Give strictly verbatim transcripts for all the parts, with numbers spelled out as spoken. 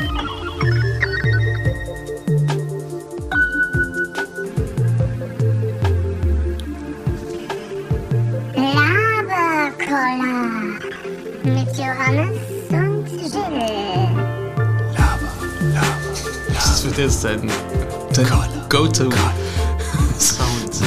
Labercola mit Johannes und Jill. Laber, Laber, Das wird jetzt dein, dein Go-To-Sound.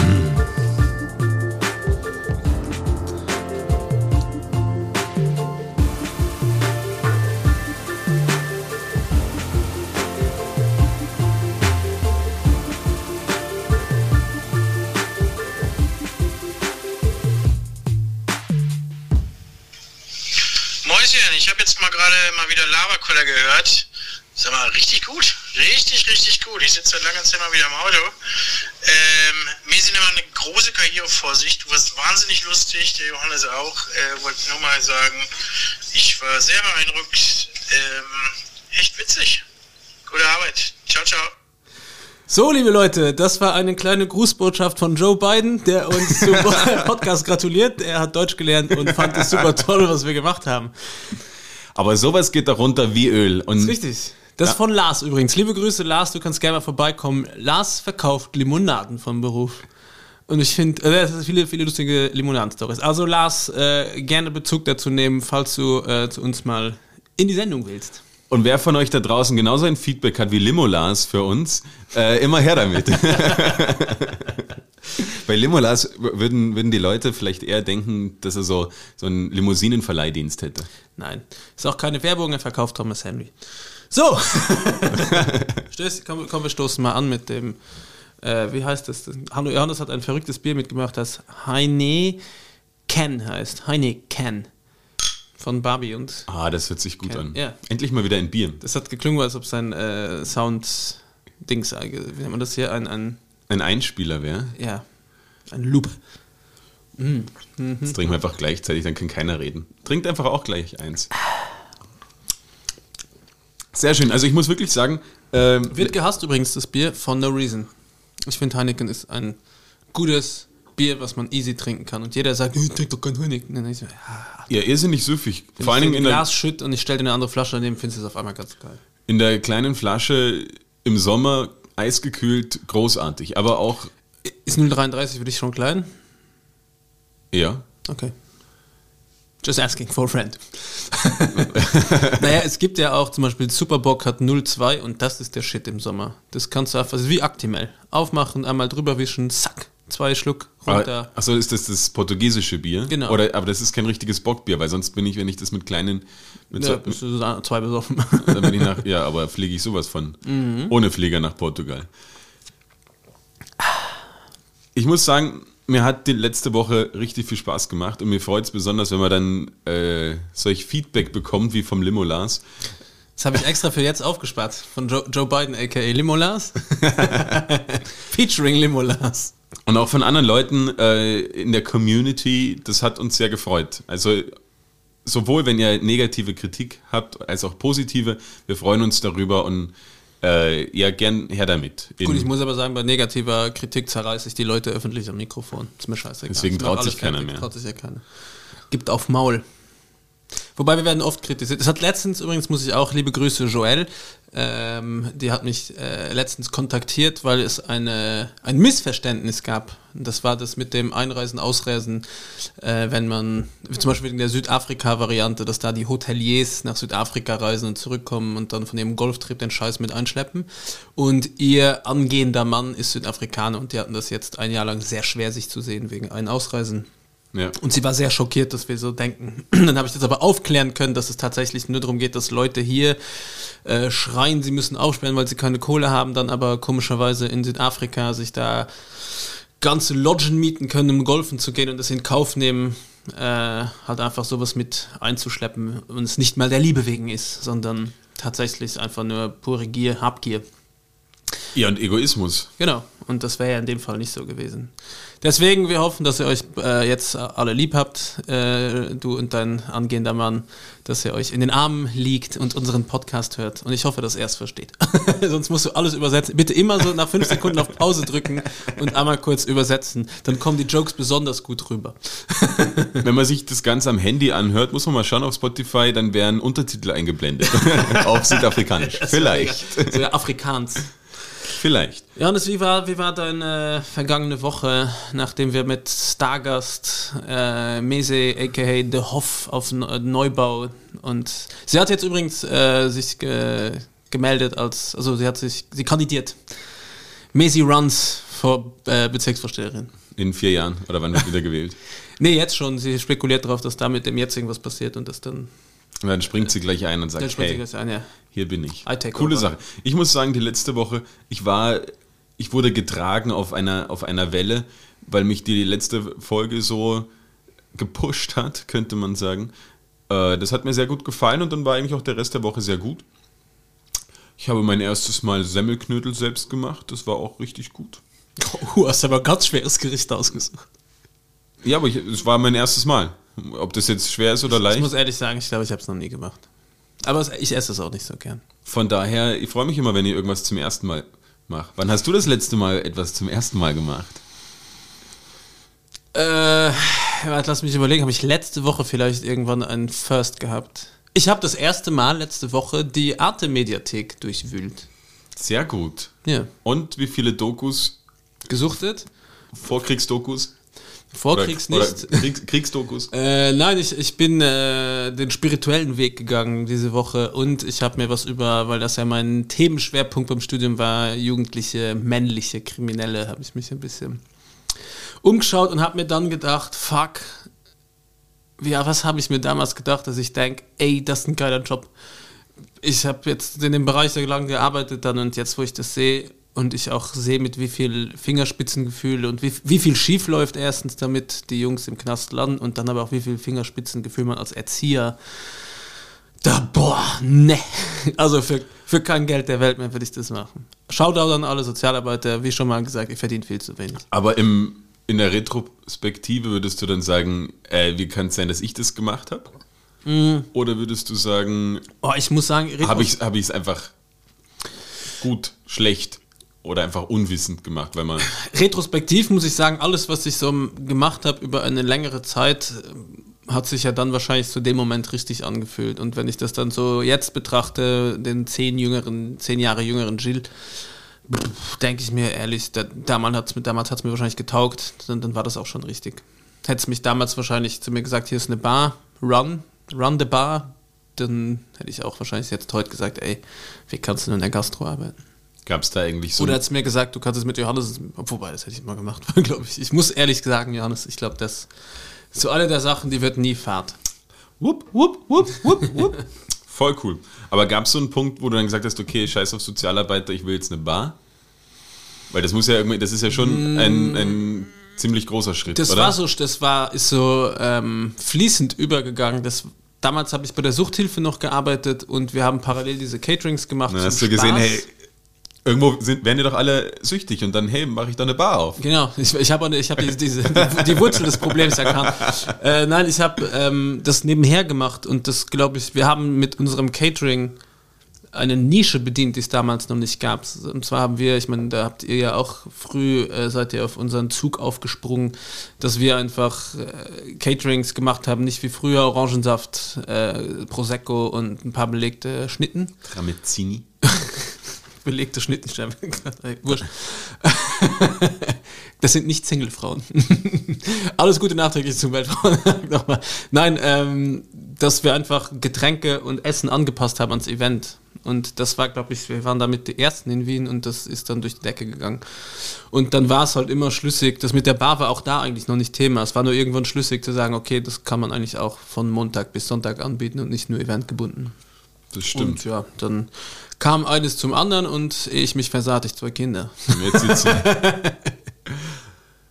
Mäuschen, ich habe jetzt mal gerade mal wieder Labercola gehört. Sag mal, richtig gut. Richtig, richtig gut. Ich sitze seit langer Zeit mal wieder im Auto. Ähm, mir sind immer eine große Karriere vor sich. Du warst wahnsinnig lustig, der Johannes auch. Äh, wollte nur mal sagen, ich war sehr beeindruckt. Ähm, echt witzig. Gute Arbeit. Ciao, ciao. So, liebe Leute, das war eine kleine Grußbotschaft von Joe Biden, der uns zum Podcast gratuliert. Er hat Deutsch gelernt und fand es super toll, was wir gemacht haben. Aber sowas geht da runter wie Öl. Und Das ist richtig. Das ist von Lars übrigens. Liebe Grüße, Lars, du kannst gerne mal vorbeikommen. Lars verkauft Limonaden vom Beruf. Und ich finde, äh, es sind viele, viele lustige Limonaden-Stories. Also Lars, äh, gerne Bezug dazu nehmen, falls du äh, zu uns mal in die Sendung willst. Und wer von euch da draußen genauso ein Feedback hat wie Limolas für uns, äh, immer her damit. Bei Limolas würden, würden die Leute vielleicht eher denken, dass er so, so einen Limousinenverleihdienst hätte. Nein, ist auch keine Werbung, er verkauft Thomas Henry. So, Stöß, komm, komm, wir stoßen mal an mit dem, äh, wie heißt das? Hanno Johannes hat ein verrücktes Bier mitgemacht, das Heineken heißt. Heineken. Von Barbie und... Ah, das hört sich gut Ken. an. Ja. Endlich mal wieder ein Bier. Das hat geklungen, als ob sein äh, Sound-Dings, wie nennt man das hier, ein, ein Ein Einspieler wäre. ja, ein Loop. Mm. Mhm. Jetzt trinken wir einfach gleichzeitig, dann kann keiner reden. Trinkt einfach auch gleich eins. Sehr schön. Also ich muss wirklich sagen... Ähm, Wird gehasst übrigens, das Bier, for no reason. Ich finde, Heineken ist ein gutes Bier, was man easy trinken kann. Und jeder sagt, ich trink doch kein Heineken. Und dann ich so, ja, ja, irrsinnig süffig. wenn Vor allen ich Dingen ein in der, Glas schütt und ich stelle dir eine andere Flasche daneben, findest du es auf einmal ganz geil. in der kleinen Flasche im Sommer, eisgekühlt, großartig. Aber auch... Ist null Komma dreiunddreißig für dich schon klein? Ja. Okay. Just asking for a friend. Naja, es gibt ja auch zum Beispiel Superbock hat null Komma zwei und das ist der Shit im Sommer. Das kannst du einfach, also wie Actimel. Aufmachen, einmal drüber wischen, zack, zwei Schluck runter. Achso, ist das das portugiesische Bier? Genau. Oder, aber das ist kein richtiges Bockbier, weil sonst bin ich, wenn ich das mit kleinen... Mit Ja, so, bist du so zwei besoffen. dann bin ich nach... Ja, aber fliege ich sowas von. Mhm. Ohne Flieger nach Portugal. Ich muss sagen, mir hat die letzte Woche richtig viel Spaß gemacht und mir freut es besonders, wenn man dann äh, solch Feedback bekommt wie vom Limo-Lars. Das habe ich extra für jetzt aufgespart. Von Joe, Joe Biden, aka Limo-Lars. Featuring Limo-Lars. Und auch von anderen Leuten äh, in der Community, das hat uns sehr gefreut. Also sowohl wenn ihr negative Kritik habt, als auch positive, wir freuen uns darüber und äh, ja, gern her damit. In, Gut, ich muss aber sagen, bei negativer Kritik zerreiße ich die Leute öffentlich am Mikrofon. Ist mir scheißegal. Deswegen Ich mach traut alles sich keiner fertig, mehr. Traut sich ja keiner. Gibt auf Maul. Wobei wir werden oft kritisiert. Es hat letztens, übrigens muss ich auch, liebe Grüße Joelle, ähm, die hat mich äh, letztens kontaktiert, weil es eine, ein Missverständnis gab. Das war das mit dem Einreisen, Ausreisen, äh, wenn man, zum Beispiel in der Südafrika-Variante, dass da die Hoteliers nach Südafrika reisen und zurückkommen und dann von ihrem Golftrip den Scheiß mit einschleppen. Und ihr angehender Mann ist Südafrikaner und die hatten das jetzt ein Jahr lang sehr schwer, sich zu sehen wegen ein Ausreisen. Ja. Und sie war sehr schockiert, dass wir so denken. Dann habe ich das aber aufklären können, dass es tatsächlich nur darum geht, dass Leute hier äh, schreien, sie müssen aufsperren, weil sie keine Kohle haben, dann aber komischerweise in Südafrika sich da ganze Lodgen mieten können, um golfen zu gehen und das in Kauf nehmen, äh, halt einfach sowas mit einzuschleppen und es nicht mal der Liebe wegen ist, sondern tatsächlich einfach nur pure Gier, Habgier. Ja, und Egoismus. Genau, und das wäre ja in dem Fall nicht so gewesen. Deswegen, wir hoffen, dass ihr euch äh, jetzt alle lieb habt, äh, du und dein angehender Mann, dass ihr euch in den Armen liegt und unseren Podcast hört. Und ich hoffe, dass er es versteht. Sonst musst du alles übersetzen. Bitte immer so nach fünf Sekunden auf Pause drücken und einmal kurz übersetzen. Dann kommen die Jokes besonders gut rüber. Wenn man sich das Ganze am Handy anhört, muss man mal schauen auf Spotify, dann werden Untertitel eingeblendet. Auf Südafrikanisch. Vielleicht. So ja, Afrikaans. Vielleicht. Johannes, wie war, wie war deine vergangene Woche, nachdem wir mit Stargast äh, Mese aka The Hoff auf Neubau und sie hat jetzt übrigens äh, sich ge- gemeldet als, also sie hat sich, sie kandidiert. Mese runs vor äh, Bezirksvorsteherin. In vier Jahren oder wann wird wieder gewählt? Nee, jetzt schon. Sie spekuliert darauf, dass da mit dem jetzt irgendwas passiert und das dann... Und dann springt sie gleich ein und sagt, hey, ein, ja. hier bin ich. Coole over. Sache. Ich muss sagen, die letzte Woche, ich war, ich wurde getragen auf einer, auf einer Welle, weil mich die letzte Folge so gepusht hat, könnte man sagen. Äh, das hat mir sehr gut gefallen und dann war eigentlich auch der Rest der Woche sehr gut. Ich habe mein erstes Mal Semmelknödel selbst gemacht, das war auch richtig gut. Du hast aber ein ganz schweres Gericht ausgesucht. Ja, aber es war mein erstes Mal. Ob das jetzt schwer ist oder leicht. Ich muss ehrlich sagen, ich glaube, ich habe es noch nie gemacht. Aber ich esse es auch nicht so gern. Von daher, ich freue mich immer, wenn ihr irgendwas zum ersten Mal macht. Wann hast du das letzte Mal etwas zum ersten Mal gemacht? Äh, warte, lass mich überlegen. Habe ich letzte Woche vielleicht irgendwann einen First gehabt? Ich habe das erste Mal letzte Woche die Arte-Mediathek durchwühlt. Sehr gut. Ja. Und wie viele Dokus? Gesuchtet? Vorkriegsdokus? Vorkriegs oder, nicht. Oder Kriegs, Kriegsdokus? äh, nein, ich, ich bin äh, den spirituellen Weg gegangen diese Woche und ich habe mir was über, weil das ja mein Themenschwerpunkt beim Studium war, jugendliche, männliche Kriminelle, habe ich mich ein bisschen umgeschaut und habe mir dann gedacht, fuck, ja, was habe ich mir damals gedacht, dass ich denke, ey, das ist ein geiler Job. Ich habe jetzt in dem Bereich so lange gearbeitet dann und jetzt, wo ich das sehe, und ich auch sehe, mit wie viel Fingerspitzengefühl und wie, wie viel schief läuft erstens, damit die Jungs im Knast landen und dann aber auch wie viel Fingerspitzengefühl man als Erzieher da, boah, ne. Also für, für kein Geld der Welt mehr würde ich das machen. Shoutout an alle Sozialarbeiter, wie schon mal gesagt, ich verdiene viel zu wenig. Aber im, in der Retrospektive würdest du dann sagen, äh, wie kann es sein, dass ich das gemacht habe? Mm. Oder würdest du sagen, oh, ich muss sagen, habe ich es hab einfach gut, schlecht oder einfach unwissend gemacht, weil man... Retrospektiv muss ich sagen, alles, was ich so gemacht habe über eine längere Zeit, hat sich ja dann wahrscheinlich zu dem Moment richtig angefühlt. Und wenn ich das dann so jetzt betrachte, den zehn jüngeren, zehn Jahre jüngeren Gilles, denke ich mir ehrlich, da, damals hat es mir, damals hat's mir wahrscheinlich getaugt, dann, dann war das auch schon richtig. Hätte es mich damals wahrscheinlich zu mir gesagt, hier ist eine Bar, run, run the bar, dann hätte ich auch wahrscheinlich jetzt heute gesagt, ey, wie kannst du nur in der Gastro arbeiten? Gab es da eigentlich so... Oder hat es mir gesagt, du kannst es mit Johannes... Wobei, das hätte ich mal gemacht, glaube ich. Ich muss ehrlich sagen, Johannes, ich glaube, das ist so eine der Sachen, die wird nie Fahrt. Wupp, wupp, wupp, wupp, wupp. Voll cool. Aber gab es so einen Punkt, wo du dann gesagt hast, okay, scheiß auf Sozialarbeiter, ich will jetzt eine Bar? Weil das muss ja irgendwie... Das ist ja schon mm. ein, ein ziemlich großer Schritt, das oder? War so, das war, ist so ähm, fließend übergegangen. Das, damals habe ich bei der Suchthilfe noch gearbeitet und wir haben parallel diese Caterings gemacht. Dann hast du gesehen, hey... Irgendwo sind, werden die doch alle süchtig und dann, hey, mache ich da eine Bar auf. Genau, ich, ich habe ich hab diese, diese, die, die Wurzel des Problems erkannt. Äh, nein, ich habe ähm, das nebenher gemacht und das, glaube ich, wir haben mit unserem Catering eine Nische bedient, die es damals noch nicht gab. Und zwar haben wir, ich meine, da habt ihr ja auch früh, äh, seid ihr auf unseren Zug aufgesprungen, dass wir einfach äh, Caterings gemacht haben, nicht wie früher Orangensaft, äh, Prosecco und ein paar belegte Schnitten. Tramezzini. Belegte Schnittensterne. Wurscht. Das sind nicht Singlefrauen. Alles Gute nachträglich zum Weltfrauentag nochmal. Nein, ähm, dass wir einfach Getränke und Essen angepasst haben ans Event. Und das war, glaube ich, wir waren damit die Ersten in Wien und das ist dann durch die Decke gegangen. Und dann war es halt immer schlüssig, das mit der Bar war auch da eigentlich noch nicht Thema. Es war nur irgendwann schlüssig zu sagen, okay, das kann man eigentlich auch von Montag bis Sonntag anbieten und nicht nur eventgebunden. Das stimmt. Und ja, dann kam eines zum anderen und ehe ich mich versah, hatte ich zwei Kinder. Und jetzt sitzen.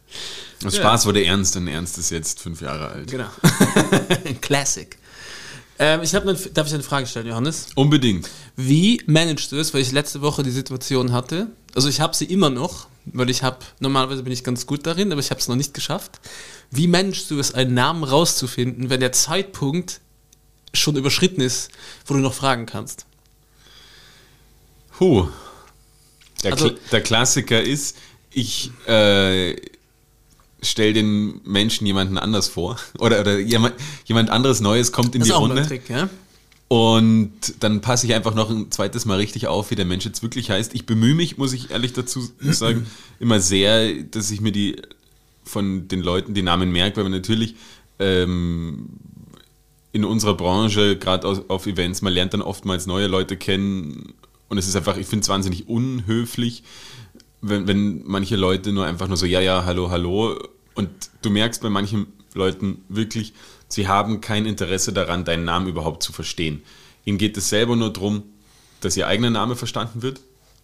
Das Spaß ja. wurde ernst und Ernst ist jetzt fünf Jahre alt. Genau. Classic. Ähm, ich hab ne, darf ich eine Frage stellen, Johannes? Unbedingt. Wie managst du es, weil ich letzte Woche die Situation hatte, also ich habe sie immer noch, weil ich habe, normalerweise bin ich ganz gut darin, aber ich habe es noch nicht geschafft. Wie managst du es, einen Namen rauszufinden, wenn der Zeitpunkt schon überschritten ist, wo du noch fragen kannst? Huh. Der, Also- Kl- der Klassiker ist, ich äh, stelle den Menschen jemanden anders vor oder, oder jemand, jemand anderes Neues kommt in Das die ist auch Runde ein Trick, ja? und dann passe ich einfach noch ein zweites Mal richtig auf, wie der Mensch jetzt wirklich heißt. Ich bemühe mich, muss ich ehrlich dazu sagen, immer sehr, dass ich mir die von den Leuten die Namen merke, weil man natürlich ähm, in unserer Branche, gerade auf, auf Events, man lernt dann oftmals neue Leute kennen und es ist einfach, ich finde es wahnsinnig unhöflich, wenn, wenn manche Leute nur einfach nur so, ja, ja, hallo, hallo, und du merkst bei manchen Leuten wirklich, sie haben kein Interesse daran, deinen Namen überhaupt zu verstehen. Ihnen geht es selber nur darum, dass ihr eigener Name verstanden wird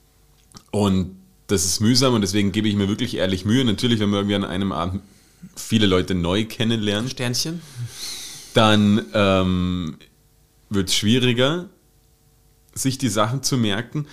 und das ist mühsam und deswegen gebe ich mir wirklich ehrlich Mühe. Natürlich, wenn man irgendwie an einem Abend viele Leute neu kennenlernt, Sternchen. dann ähm, wird es schwieriger, sich die Sachen zu merken.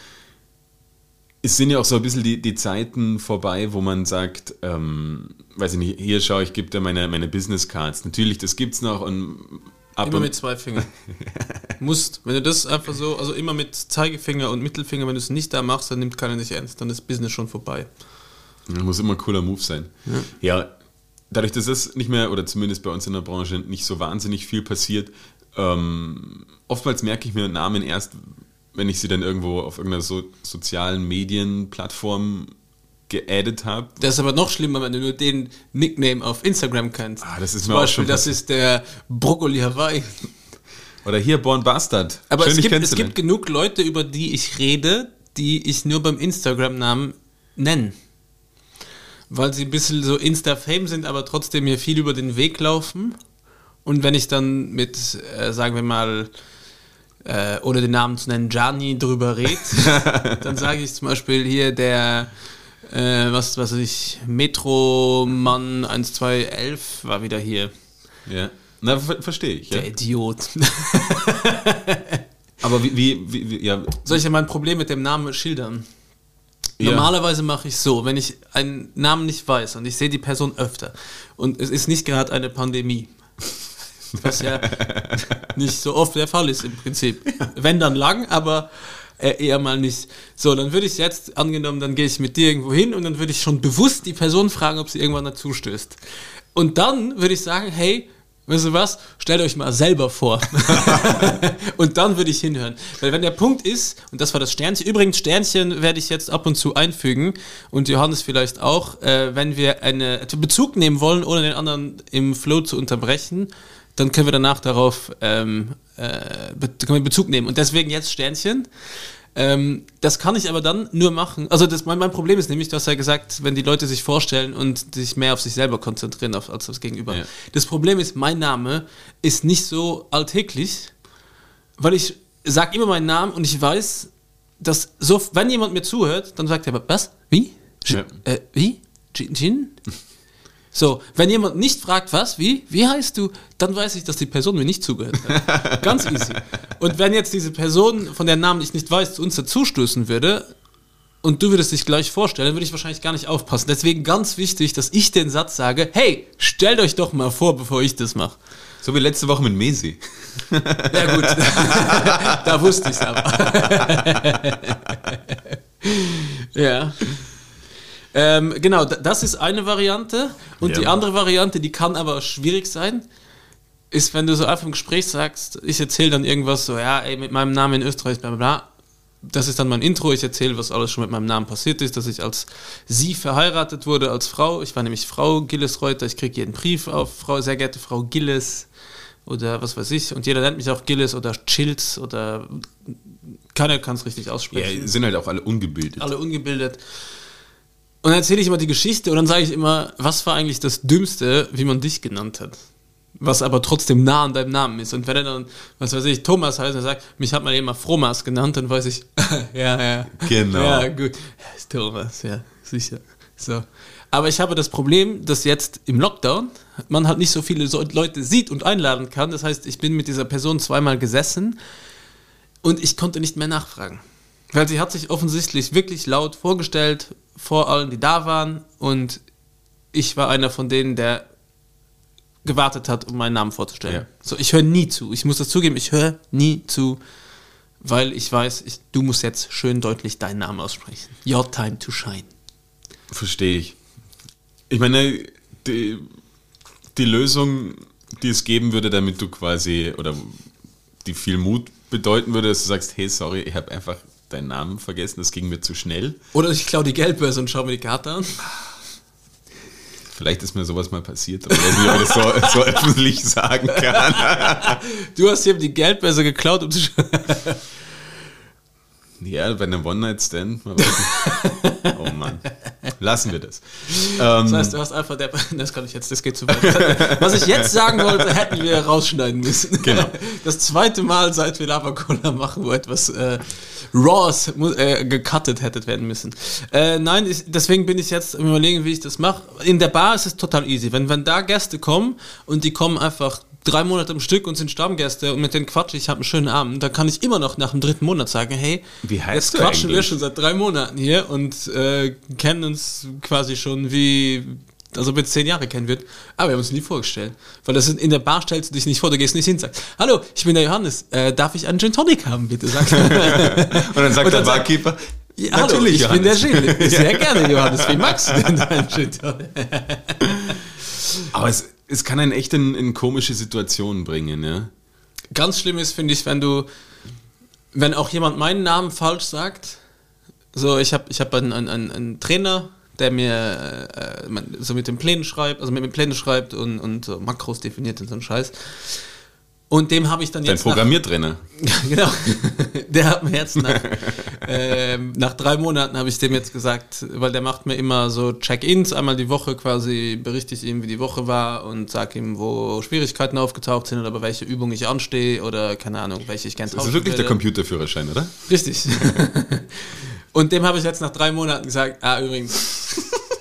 Es sind ja auch so ein bisschen die, die Zeiten vorbei, wo man sagt, ähm, weiß ich nicht, hier schau, ich gebe dir meine, meine Business Cards. Natürlich, das gibt's noch und ab Immer und mit zwei Fingern. Musst, wenn du das einfach so, also immer mit Zeigefinger und Mittelfinger, wenn du es nicht da machst, dann nimmt keiner dich ernst, dann ist Business schon vorbei. Das muss immer ein cooler Move sein. Ja. ja, dadurch, dass das nicht mehr, oder zumindest bei uns in der Branche, nicht so wahnsinnig viel passiert, ähm, oftmals merke ich mir Namen erst, wenn ich sie dann irgendwo auf irgendeiner so, sozialen Medienplattform geaddet habe. Das ist aber noch schlimmer, wenn du nur den Nickname auf Instagram kennst. Ah, das ist Zum mir auch Beispiel, schon das passiert. ist der Brokkoli Hawaii. Oder hier, Born Bastard. Aber Schön, es dich gibt, es kennenzulernen. gibt genug Leute, über die ich rede, die ich nur beim Instagram-Namen nenne. Weil sie ein bisschen so Insta-Fame sind, aber trotzdem mir viel über den Weg laufen. Und wenn ich dann mit, äh, sagen wir mal, äh, ohne den Namen zu nennen, Gianni drüber rede, dann sage ich zum Beispiel hier der, äh, was weiß ich, Metromann eins zwei elf war wieder hier. Ja, na, ver verstehe ich. Ja. Der Idiot. Aber wie, wie, wie, wie ja, Soll ich ja mein Problem mit dem Namen schildern? Ja. Normalerweise mache ich so, wenn ich einen Namen nicht weiß und ich sehe die Person öfter und es ist nicht gerade eine Pandemie, was ja nicht so oft der Fall ist im Prinzip. Wenn dann lang, aber äh, eher mal nicht. So, dann würde ich jetzt, angenommen, dann gehe ich mit dir irgendwo hin und dann würde ich schon bewusst die Person fragen, ob sie irgendwann dazu stößt. Und dann würde ich sagen, hey, weißt du was, stellt euch mal selber vor. Und dann würde ich hinhören. Weil wenn der Punkt ist, und das war das Sternchen, übrigens Sternchen werde ich jetzt ab und zu einfügen und Johannes vielleicht auch, äh, wenn wir eine Bezug nehmen wollen, ohne den anderen im Flow zu unterbrechen, dann können wir danach darauf ähm, äh, be- können wir Bezug nehmen. Und deswegen jetzt Sternchen. Ähm, das kann ich aber dann nur machen. Also das, mein, mein Problem ist nämlich, du hast ja gesagt, wenn die Leute sich vorstellen und sich mehr auf sich selber konzentrieren auf, als aufs Gegenüber. Ja. Das Problem ist, mein Name ist nicht so alltäglich, weil ich sage immer meinen Namen und ich weiß, dass so, wenn jemand mir zuhört, dann sagt er, was? Wie? Ja. Äh, wie? Jin? Jin? So, wenn jemand nicht fragt, was, wie, wie heißt du, dann weiß ich, dass die Person mir nicht zugehört hat. Ganz easy. Und wenn jetzt diese Person, von der Namen ich nicht weiß, zu uns dazustoßen würde und du würdest dich gleich vorstellen, dann würde ich wahrscheinlich gar nicht aufpassen. Deswegen ganz wichtig, dass ich den Satz sage, hey, stellt euch doch mal vor, bevor ich das mache. so wie letzte Woche mit Messi. Ja gut, da wusste ich es aber. Ja. Ähm, genau, d- das ist eine Variante. Und Ja. die andere Variante, die kann aber schwierig sein, ist, wenn du so einfach im Gespräch sagst, ich erzähle dann irgendwas so, ja, ey, mit meinem Namen in Österreich, bla bla bla. Das ist dann mein Intro, ich erzähle, was alles schon mit meinem Namen passiert ist, dass ich als sie verheiratet wurde, als Frau. Ich war nämlich Frau Gilles-Reuter, ich kriege jeden Brief auf Frau, sehr geehrte Frau Gilles oder was weiß ich. Und jeder nennt mich auch Gilles oder Chilz oder keiner kann es richtig Ja, aussprechen. sind halt auch alle ungebildet. Alle ungebildet. Und dann erzähle ich immer die Geschichte und dann sage ich immer, was war eigentlich das Dümmste, wie man dich genannt hat? Was aber trotzdem nah an deinem Namen ist. Und wenn er dann, was weiß ich, Thomas heißt und sagt, mich hat man immer Fromas genannt, dann weiß ich, ja, ja. Genau. Ja, gut. Ja, ist Thomas, ja, sicher. So. Aber ich habe das Problem, dass jetzt im Lockdown man halt nicht so viele so Leute sieht und einladen kann. Das heißt, ich bin mit dieser Person zweimal gesessen und ich konnte nicht mehr nachfragen. Weil sie hat sich offensichtlich wirklich laut vorgestellt vor allen, die da waren, und ich war einer von denen, der gewartet hat, um meinen Namen vorzustellen. Ja. So, ich höre nie zu. Ich muss das zugeben, ich höre nie zu, weil ich weiß, ich, du musst jetzt schön deutlich deinen Namen aussprechen. Your time to shine. Verstehe ich. Ich meine, die, die Lösung, die es geben würde, damit du quasi, oder die viel Mut bedeuten würde, dass du sagst, hey, sorry, ich habe einfach deinen Namen vergessen, das ging mir zu schnell. Oder ich klaue die Geldbörse und schaue mir die Karte an. Vielleicht ist mir sowas mal passiert, aber ich weiß nicht, ob ich das so, so öffentlich sagen kann. Du hast ihm die Geldbörse geklaut, um zu schauen. Ja, bei einem One-Night-Stand. Oh Mann. Lassen wir das. Das heißt, du hast einfach der... Das kann ich jetzt, das geht zu weit. Was ich jetzt sagen wollte, hätten wir rausschneiden müssen. Genau. Das zweite Mal, seit wir Lava Cola machen, wo etwas äh, Raws äh, gecuttet hätte werden müssen. Äh, nein, ich, deswegen bin ich jetzt am Überlegen, wie ich das mache. In der Bar ist es total easy. Wenn, wenn da Gäste kommen und die kommen einfach drei Monate am Stück und sind Stammgäste und mit denen quatsche ich, habe einen schönen Abend, dann kann ich immer noch nach dem dritten Monat sagen, hey, wie heißt jetzt du quatschen eigentlich? Wir schon seit drei Monaten hier und äh, kennen uns quasi schon wie, also wir zehn Jahre kennen wird, aber wir haben uns nie vorgestellt. Weil das in der Bar stellst du dich nicht vor, du gehst nicht hin und sagst, hallo, ich bin der Johannes, äh, darf ich einen Gin Tonic haben, bitte? Sag. und dann sagt und dann der Barkeeper, ja, natürlich, hallo, ich Johannes. bin der Gin, sehr gerne Johannes, wie magst du denn deinen Gin Tonic? Aber es Es kann einen echt in, in komische Situationen bringen, ja. Ganz schlimm ist, finde ich, wenn du, wenn auch jemand meinen Namen falsch sagt. So, ich habe ich hab einen, einen, einen Trainer, der mir äh, so mit den Plänen schreibt, also mit den Plänen schreibt und, und so Makros definiert und so einen Scheiß. Und dem habe ich dann Dein jetzt. Dein Programmiertrainer. Nach, genau. Der hat mir jetzt nach, äh, nach drei Monaten habe ich dem jetzt gesagt, weil der macht mir immer so Check-ins, einmal die Woche quasi berichte ich ihm, wie die Woche war und sage ihm, wo Schwierigkeiten aufgetaucht sind oder bei welcher Übung ich anstehe oder keine Ahnung, welche ich gerne tauschen Das ist wirklich würde. Der Computerführerschein, oder? Richtig. Und dem habe ich jetzt nach drei Monaten gesagt, ah übrigens,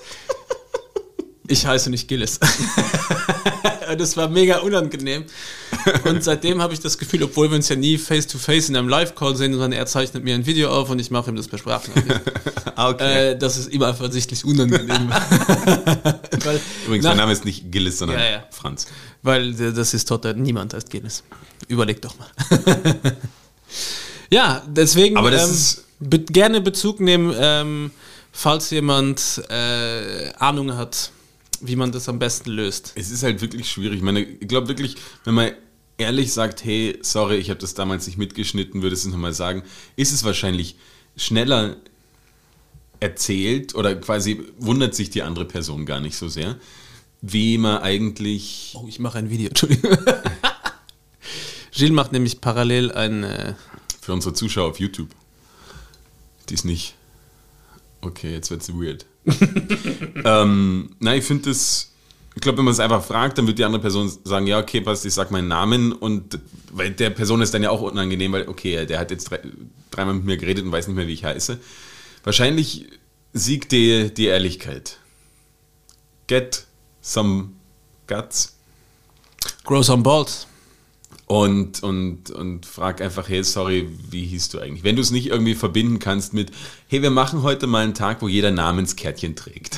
ich heiße nicht Gilles. Das war mega unangenehm. Und seitdem habe ich das Gefühl, obwohl wir uns ja nie face-to-face in einem Live-Call sehen, sondern er zeichnet mir ein Video auf und ich mache ihm das per Sprachnachricht. Okay. Äh, das ist ihm einfach sichtlich unangenehm. Weil Übrigens, nach, mein Name ist nicht Gilles, sondern ja, ja. Franz. Weil das ist total, niemand heißt Gilles. Überleg doch mal. Ja, deswegen Aber das ähm, ist be- gerne Bezug nehmen, ähm, falls jemand äh, Ahnung hat, wie man das am besten löst. Es ist halt wirklich schwierig. Ich meine, ich glaube wirklich, wenn man ehrlich sagt, hey, sorry, ich habe das damals nicht mitgeschnitten, würde es nochmal sagen, ist es wahrscheinlich schneller erzählt oder quasi wundert sich die andere Person gar nicht so sehr, wie man eigentlich... Oh, ich mache ein Video, Entschuldigung. Gilles macht nämlich parallel ein... Äh Für unsere Zuschauer auf YouTube. Die ist nicht... Okay, jetzt wird es weird. ähm, nein, ich finde das, ich glaube, wenn man es einfach fragt, dann wird die andere Person sagen, ja, okay, passt, ich sag meinen Namen und weil der Person ist dann ja auch unangenehm, weil, okay, der hat jetzt drei, dreimal mit mir geredet und weiß nicht mehr, wie ich heiße. Wahrscheinlich siegt die, die Ehrlichkeit. Get some guts. Grow some balls. Und, und, und frag einfach, hey, sorry, wie hieß du eigentlich? Wenn du es nicht irgendwie verbinden kannst mit, hey, wir machen heute mal einen Tag, wo jeder Namenskärtchen trägt.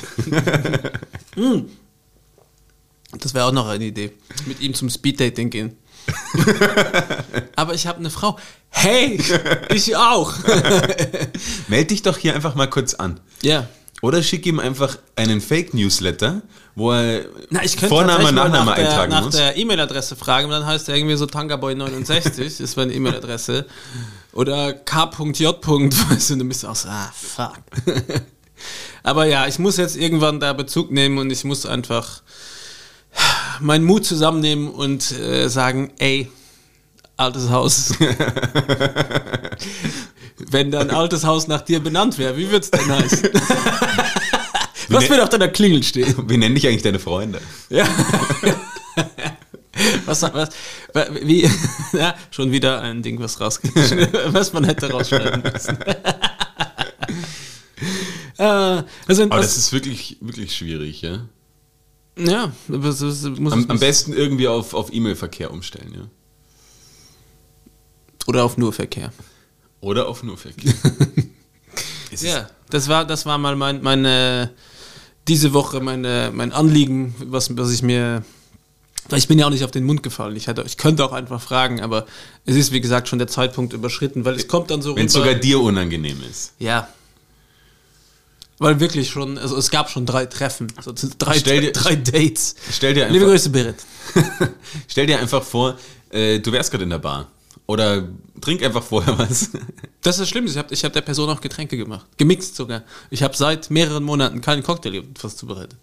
Das wäre auch noch eine Idee. Mit ihm zum Speeddating gehen. Aber ich habe eine Frau. Hey, ich auch. Meld dich doch hier einfach mal kurz an. Ja. Oder schick ihm einfach einen Fake-Newsletter, wo er Na, ich Vorname und Nachname nach der, eintragen nach muss. Nach der E-Mail-Adresse fragen, und dann heißt er irgendwie so Tangaboy neunundsechzig, ist meine E-Mail-Adresse. Oder k.j. Weißt du, dann bist du auch so, ah, fuck. Aber ja, ich muss jetzt irgendwann da Bezug nehmen und ich muss einfach meinen Mut zusammennehmen und äh, sagen, ey, altes Haus. Wenn dein altes Haus nach dir benannt wäre, wie würd's denn heißen? Was wird auf deiner Klingel stehen? Wie nennen dich eigentlich deine Freunde? Ja. Was, was, wie, ja, schon wieder ein Ding, was rausgeschnitten, was man hätte rausschneiden müssen. äh, also Aber was, das ist wirklich, wirklich schwierig, ja? ja, das, das muss Am, am besten irgendwie auf, auf E-Mail-Verkehr umstellen, ja? oder auf nur Verkehr. Oder auf nur Verkehr. Es ist- Ja, das war, das war mal mein, meine, diese Woche meine, mein Anliegen, was, was ich mir, weil ich bin ja auch nicht auf den Mund gefallen. Ich, hatte, ich könnte auch einfach fragen, aber es ist, wie gesagt, schon der Zeitpunkt überschritten, weil es kommt dann so Wenn es rüber- sogar dir unangenehm ist. Ja. Weil wirklich schon, also es gab schon drei Treffen, also drei, Stell dir- drei Dates. Stell dir Liebe einfach, Grüße, Berit. stell dir einfach vor, äh, du wärst gerade in der Bar. Oder trink einfach vorher was. Das ist das Schlimme, ich habe ich hab der Person auch Getränke gemacht. Gemixt sogar. Ich habe seit mehreren Monaten keinen Cocktail fast zubereitet.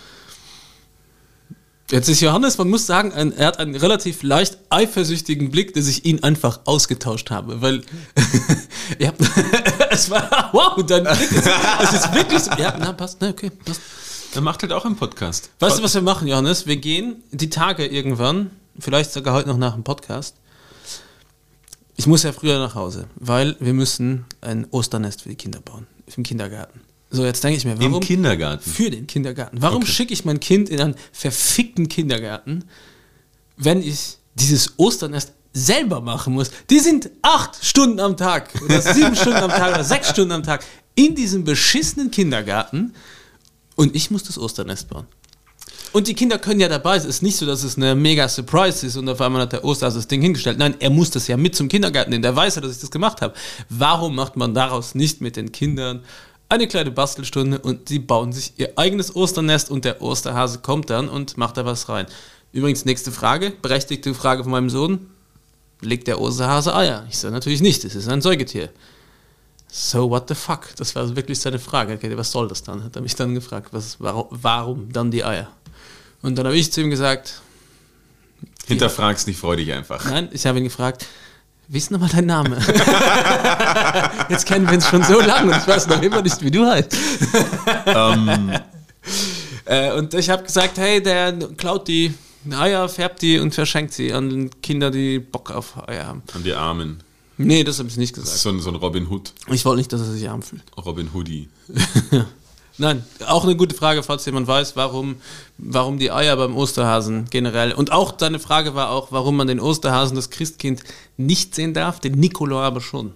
Jetzt ist Johannes, man muss sagen, ein, er hat einen relativ leicht eifersüchtigen Blick, dass ich ihn einfach ausgetauscht habe, weil ihr habt, es war, wow, dein Blick ist, es ist wirklich so, ja, na, passt, na, okay, passt. Er macht halt auch einen Podcast. Weißt du, was wir machen, Johannes? Wir gehen die Tage irgendwann, vielleicht sogar heute noch nach dem Podcast. Ich muss ja früher nach Hause, weil wir müssen ein Osternest für die Kinder bauen, im Kindergarten. So, jetzt denke ich mir, warum... Im Kindergarten. Für den Kindergarten. Warum Okay. schicke ich mein Kind in einen verfickten Kindergarten, wenn ich dieses Osternest selber machen muss? Die sind acht Stunden am Tag oder sieben Stunden am Tag oder sechs Stunden am Tag in diesem beschissenen Kindergarten und ich muss das Osternest bauen. Und die Kinder können ja dabei sein. Es ist nicht so, dass es eine mega Surprise ist und auf einmal hat der Osterhase das Ding hingestellt. Nein, er muss das ja mit zum Kindergarten nehmen. Der weiß ja, dass ich das gemacht habe. Warum macht man daraus nicht mit den Kindern eine kleine Bastelstunde und sie bauen sich ihr eigenes Osternest und der Osterhase kommt dann und macht da was rein. Übrigens, nächste Frage, berechtigte Frage von meinem Sohn. Legt der Osterhase Eier? Ich sage natürlich nicht, es ist ein Säugetier. So what the fuck? Das war wirklich seine Frage. Okay, was soll das dann? Hat er mich dann gefragt, was, warum, warum dann die Eier? Und dann habe ich zu ihm gesagt, Hinterfrag's nicht, freu dich einfach. nein, ich habe ihn gefragt, wie ist nochmal dein Name? Jetzt kennen wir uns schon so lange und ich weiß noch immer nicht, wie du heißt. Ähm, äh, und ich habe gesagt, hey, der klaut die Eier, färbt die und verschenkt sie an Kinder, die Bock auf Eier haben. an die Armen. Nee, das habe ich nicht Das gesagt. ist so ein, so ein Robin Hood. Ich wollte nicht, dass er sich arm fühlt. Robin Hoodie. Nein, auch eine gute Frage, falls jemand weiß, warum, warum die Eier beim Osterhasen generell. Und auch deine Frage war auch, warum man den Osterhasen, das Christkind, nicht sehen darf, den Nikolaus aber schon.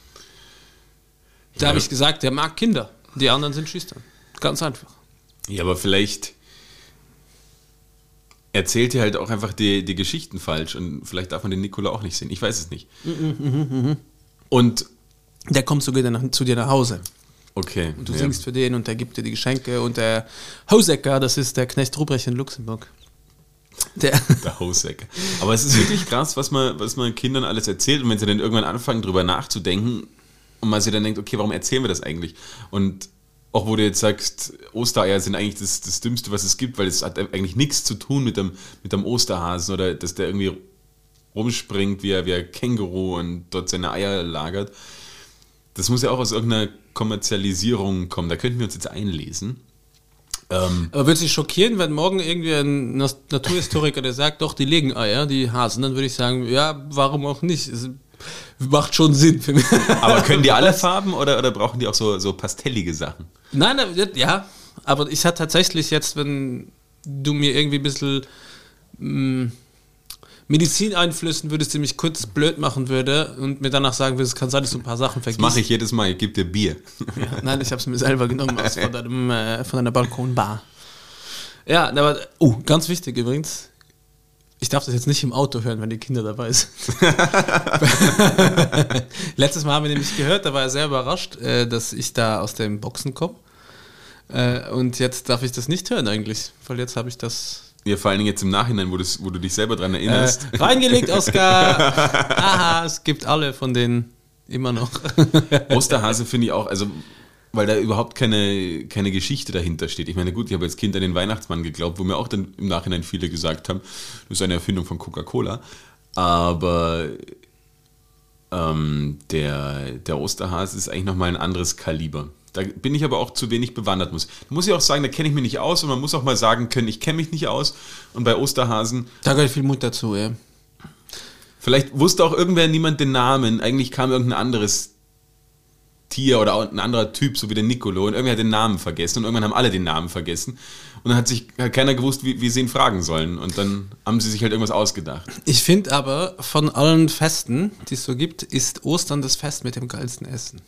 Da Ja. habe ich gesagt, der mag Kinder, die anderen sind Schüchtern. Ganz einfach. Ja, aber vielleicht erzählt ihr halt auch einfach die, die Geschichten falsch und vielleicht darf man den Nikola auch nicht sehen. Ich weiß es nicht. Und, Der kommt sogar dann nach, zu dir nach Hause. okay. Und du ja. singst für den und der gibt dir die Geschenke. Und der Hosecker, das ist der Knecht Ruprecht in Luxemburg. Der, Der Hoseck. Aber es ist wirklich krass, was man, was man Kindern alles erzählt. Und wenn sie dann irgendwann anfangen, drüber nachzudenken und man sich dann denkt, okay, warum erzählen wir das eigentlich? Und auch wo du jetzt sagst, Ostereier sind eigentlich das, das Dümmste, was es gibt, weil es hat eigentlich nichts zu tun mit dem, mit dem Osterhasen oder dass der irgendwie rumspringt wie ein, wie ein Känguru und dort seine Eier lagert. Das muss ja auch aus irgendeiner Kommerzialisierung kommen. Da könnten wir uns jetzt einlesen. Ähm, aber würde sich schockieren, wenn morgen irgendwie ein Nas- Naturhistoriker, der sagt, doch, die legen Eier, die Hasen, dann würde ich sagen, ja, warum auch nicht? Es macht schon Sinn für mich. aber können die alle Farben oder, oder brauchen die auch so, so pastellige Sachen? Nein, ja, aber ich hatte tatsächlich jetzt, wenn du mir irgendwie ein bisschen mh, Medizin einflößen würdest, die mich kurz blöd machen würde und mir danach sagen würdest, es kann sein, dass du ein paar Sachen Das vergisst. mache ich jedes Mal, ich gebe dir Bier. Ja, nein, ich habe es mir selber genommen aus von, deinem, äh, von deiner Balkonbar. Ja, aber, oh, ganz wichtig übrigens, ich darf das jetzt nicht im Auto hören, wenn die Kinder dabei sind. Letztes Mal haben wir nämlich gehört, da war er sehr überrascht, äh, dass ich da aus dem Boxen komme. Äh, und jetzt darf ich das nicht hören eigentlich, weil jetzt habe ich das Ja, vor allen Dingen jetzt im Nachhinein, wo, das, wo du dich selber dran erinnerst. äh, reingelegt, Oskar. Aha, es gibt alle von denen immer noch. Osterhase finde ich auch, also weil da überhaupt keine, keine Geschichte dahinter steht. Ich meine, gut, ich habe als Kind an den Weihnachtsmann geglaubt, wo mir auch dann im Nachhinein viele gesagt haben, das ist eine Erfindung von Coca-Cola. Aber ähm, der, der Osterhase ist eigentlich nochmal ein anderes Kaliber. Da bin ich aber auch zu wenig bewandert. Muss. Da muss ich auch sagen, da kenne ich mich nicht aus und man muss auch mal sagen können, ich kenne mich nicht aus. Und bei Osterhasen, Da gehört viel Mut dazu, ja. vielleicht wusste auch irgendwer niemand den Namen. Eigentlich kam irgendein anderes Tier oder auch ein anderer Typ, so wie der Nicolo, und irgendwie hat den Namen vergessen und irgendwann haben alle den Namen vergessen und dann hat sich hat keiner gewusst, wie, wie sie ihn fragen sollen und dann haben sie sich halt irgendwas ausgedacht. Ich finde aber, von allen Festen, die es so gibt, ist Ostern das Fest mit dem geilsten Essen.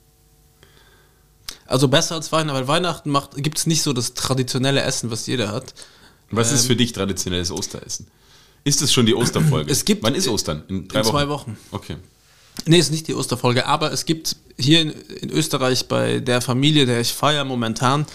Also besser als Weihnachten, weil Weihnachten gibt es nicht so das traditionelle Essen, was jeder hat. Was ähm, ist für dich traditionelles Osteressen? Ist es schon die Osterfolge? Es gibt, Wann ist Ostern? In, drei in Wochen? zwei Wochen. Okay. Nee, ist nicht die Osterfolge, aber es gibt hier in, in Österreich bei der Familie, der ich feiere momentan,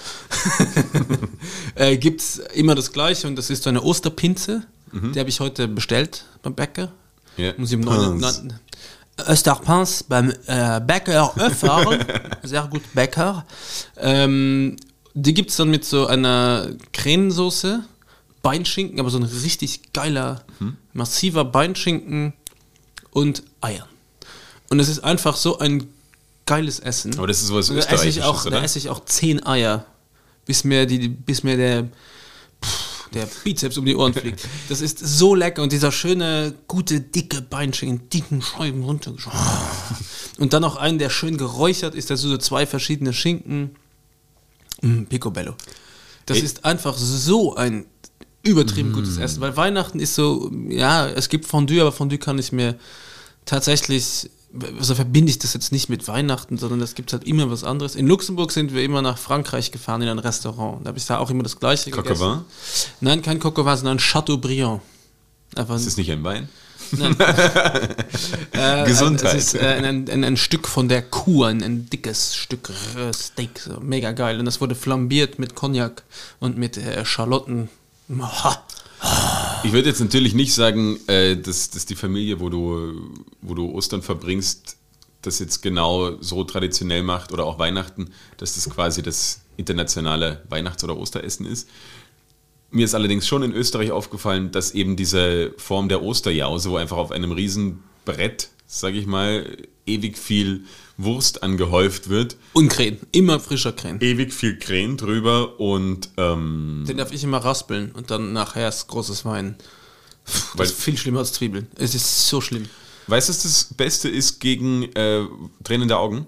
äh, gibt es immer das Gleiche und das ist so eine Osterpinze. Mhm. Die habe ich heute bestellt beim Bäcker. Yeah. Muss ich im neuen Österpins beim äh, Bäcker erfahren. Sehr gut, Bäcker. Ähm, die gibt es dann mit so einer Krähensoße, Beinschinken, aber so ein richtig geiler, mhm. massiver Beinschinken und Eiern. Und es ist einfach so ein geiles Essen. Aber das ist sowas da esse ich Österreichisches, auch, oder? Da esse ich auch zehn Eier, bis mir, die, bis mir der, pff, der Bizeps um die Ohren fliegt. Das ist so lecker und dieser schöne, gute, dicke Beinschinken, dicken Scheiben runtergeschoben. Und dann noch einen, der schön geräuchert ist, dazu so zwei verschiedene Schinken. Mm, Picobello. Das Ey. ist einfach so ein übertrieben mm. gutes Essen, weil Weihnachten ist so, ja, es gibt Fondue, aber Fondue kann ich mir tatsächlich, also verbinde ich das jetzt nicht mit Weihnachten, sondern es gibt halt immer was anderes. In Luxemburg sind wir immer nach Frankreich gefahren in ein Restaurant. Da habe ich da auch immer das Gleiche Coq au gegessen. vin? Nein, kein Coq au vin, sondern Chateaubriand. Einfach ist das nicht ein Wein? Nein. äh, Gesundheit. Es ist äh, ein, ein, ein Stück von der Kuh, ein, ein dickes Stück äh, Steak, so, mega geil. Und das wurde flambiert mit Cognac und mit äh, Schalotten. Ich würde jetzt natürlich nicht sagen, äh, dass, dass die Familie, wo du, wo du Ostern verbringst, das jetzt genau so traditionell macht oder auch Weihnachten, dass das quasi das internationale Weihnachts- oder Osteressen ist. Mir ist allerdings schon in Österreich aufgefallen, dass eben diese Form der Osterjause, wo einfach auf einem riesen Brett, sage ich mal, ewig viel Wurst angehäuft wird. Und Krähen, immer frischer Krähen. Ewig viel Krähen drüber und ähm, den darf ich immer raspeln und dann nachher ist großes Wein. Puh, das ist viel schlimmer als Zwiebeln. Es ist so schlimm. Weißt du, was das Beste ist gegen äh, Tränen der Augen?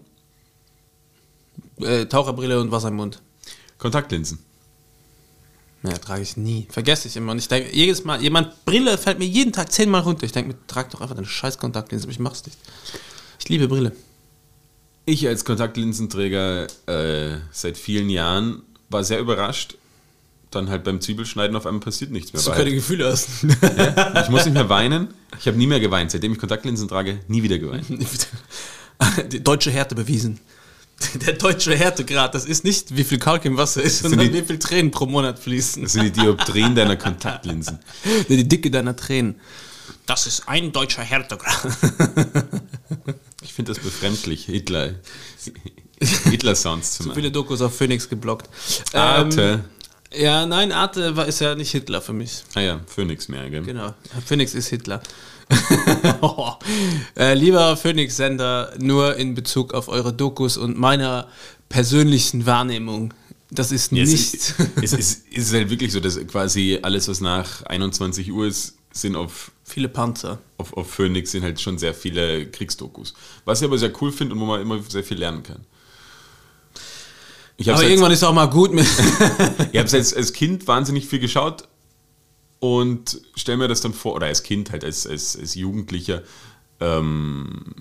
Äh, Taucherbrille und Wasser im Mund. Kontaktlinsen. Naja, trage ich nie. Vergesse ich immer. Und ich denke, jedes Mal, jemand Brille fällt mir jeden Tag zehnmal runter. Ich denke mir, trag doch einfach deine scheiß Kontaktlinsen, aber ich mach's nicht. Ich liebe Brille. Ich als Kontaktlinsenträger äh, seit vielen Jahren war sehr überrascht. Dann halt beim Zwiebelschneiden auf einmal passiert nichts mehr. Dass du keine Gefühle hast. Ja, ich muss nicht mehr weinen. Ich habe nie mehr geweint. Seitdem ich Kontaktlinsen trage, nie wieder geweint. Die deutsche Härte bewiesen. Der deutsche Härtegrad, das ist nicht, wie viel Kalk im Wasser ist, sondern die, wie viel Tränen pro Monat fließen. Das sind die Dioptrien deiner Kontaktlinsen. Die Dicke deiner Tränen. Das ist ein deutscher Härtegrad. Ich finde das befremdlich. Hitler. Hitler-Sounds zu machen. So viele Dokus auf Phoenix geblockt. Arte. Ähm, ja, nein, Arte war, ist ja nicht Hitler für mich. Ah ja, Phoenix mehr, gell? Genau, Phoenix ist Hitler. oh. äh, lieber Phoenix-Sender, nur in Bezug auf eure Dokus und meiner persönlichen Wahrnehmung. Das ist ja, nicht... Es ist, es, ist, es ist halt wirklich so, dass quasi alles, was nach einundzwanzig Uhr ist, sind auf... Viele Panzer. Auf, auf Phoenix sind halt schon sehr viele Kriegsdokus. Was ich aber sehr cool finde und wo man immer sehr viel lernen kann. Ich aber irgendwann ist auch mal gut mit... Ich habe es als, als Kind wahnsinnig viel geschaut und stelle mir das dann vor, oder als Kind halt, als, als, als Jugendlicher, ähm,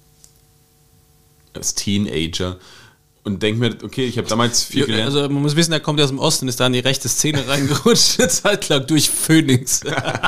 als Teenager und denke mir, okay, ich habe damals viel gelernt. Also man muss wissen, er kommt aus dem Osten, ist da in die rechte Szene reingerutscht, eine Zeit lang durch Phoenix.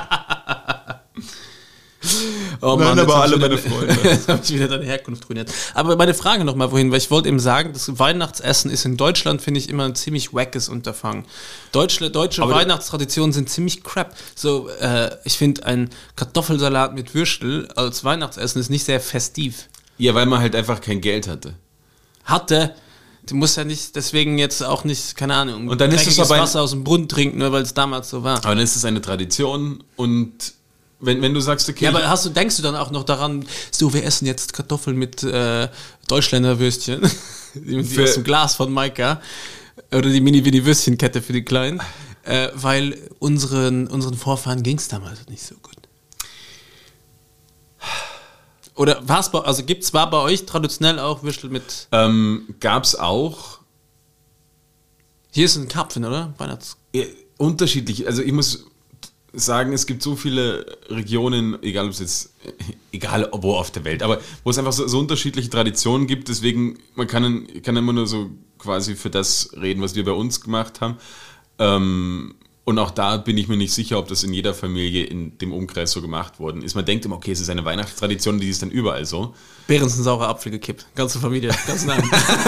Oh Mann, Nein, aber alle wieder, meine Freunde. Jetzt habe ich wieder deine Herkunft ruiniert. Aber meine Frage nochmal wohin, weil ich wollte eben sagen, das Weihnachtsessen ist in Deutschland, finde ich, immer ein ziemlich wackes Unterfangen. Deutsche, deutsche aber Weihnachtstraditionen sind ziemlich crap. So, äh, ich finde, ein Kartoffelsalat mit Würstel als Weihnachtsessen ist nicht sehr festiv. Ja, weil man halt einfach kein Geld hatte. Hatte... Du musst ja nicht, deswegen jetzt auch nicht, keine Ahnung, und dann ist es aber Wasser aus dem Brunnen trinken, nur weil es damals so war. Aber dann ist es eine Tradition und wenn, wenn du sagst, okay... Ja, aber hast du, denkst du dann auch noch daran, so, wir essen jetzt Kartoffeln mit äh, Deutschländerwürstchen, die, die aus dem Glas von Maika, oder die Mini-Mini-Würstchenkette für die Kleinen, äh, weil unseren, unseren Vorfahren ging es damals nicht so gut. Oder war's bei, also gibt's, war bei euch traditionell auch Würstel mit... Ähm, gab's auch... Hier ist ein Karpfen, oder? Weihnachts... Ja, unterschiedlich. Also ich muss sagen, es gibt so viele Regionen, egal ob es jetzt, egal wo auf der Welt, aber wo es einfach so, so unterschiedliche Traditionen gibt, deswegen, man kann, kann immer nur so quasi für das reden, was wir bei uns gemacht haben. Ähm, und auch da bin ich mir nicht sicher, ob das in jeder Familie in dem Umkreis so gemacht worden ist. Man denkt immer, okay, es ist eine Weihnachtstradition, die ist dann überall so. Behrensen saurer Apfel gekippt. Ganze Familie, ganz nah.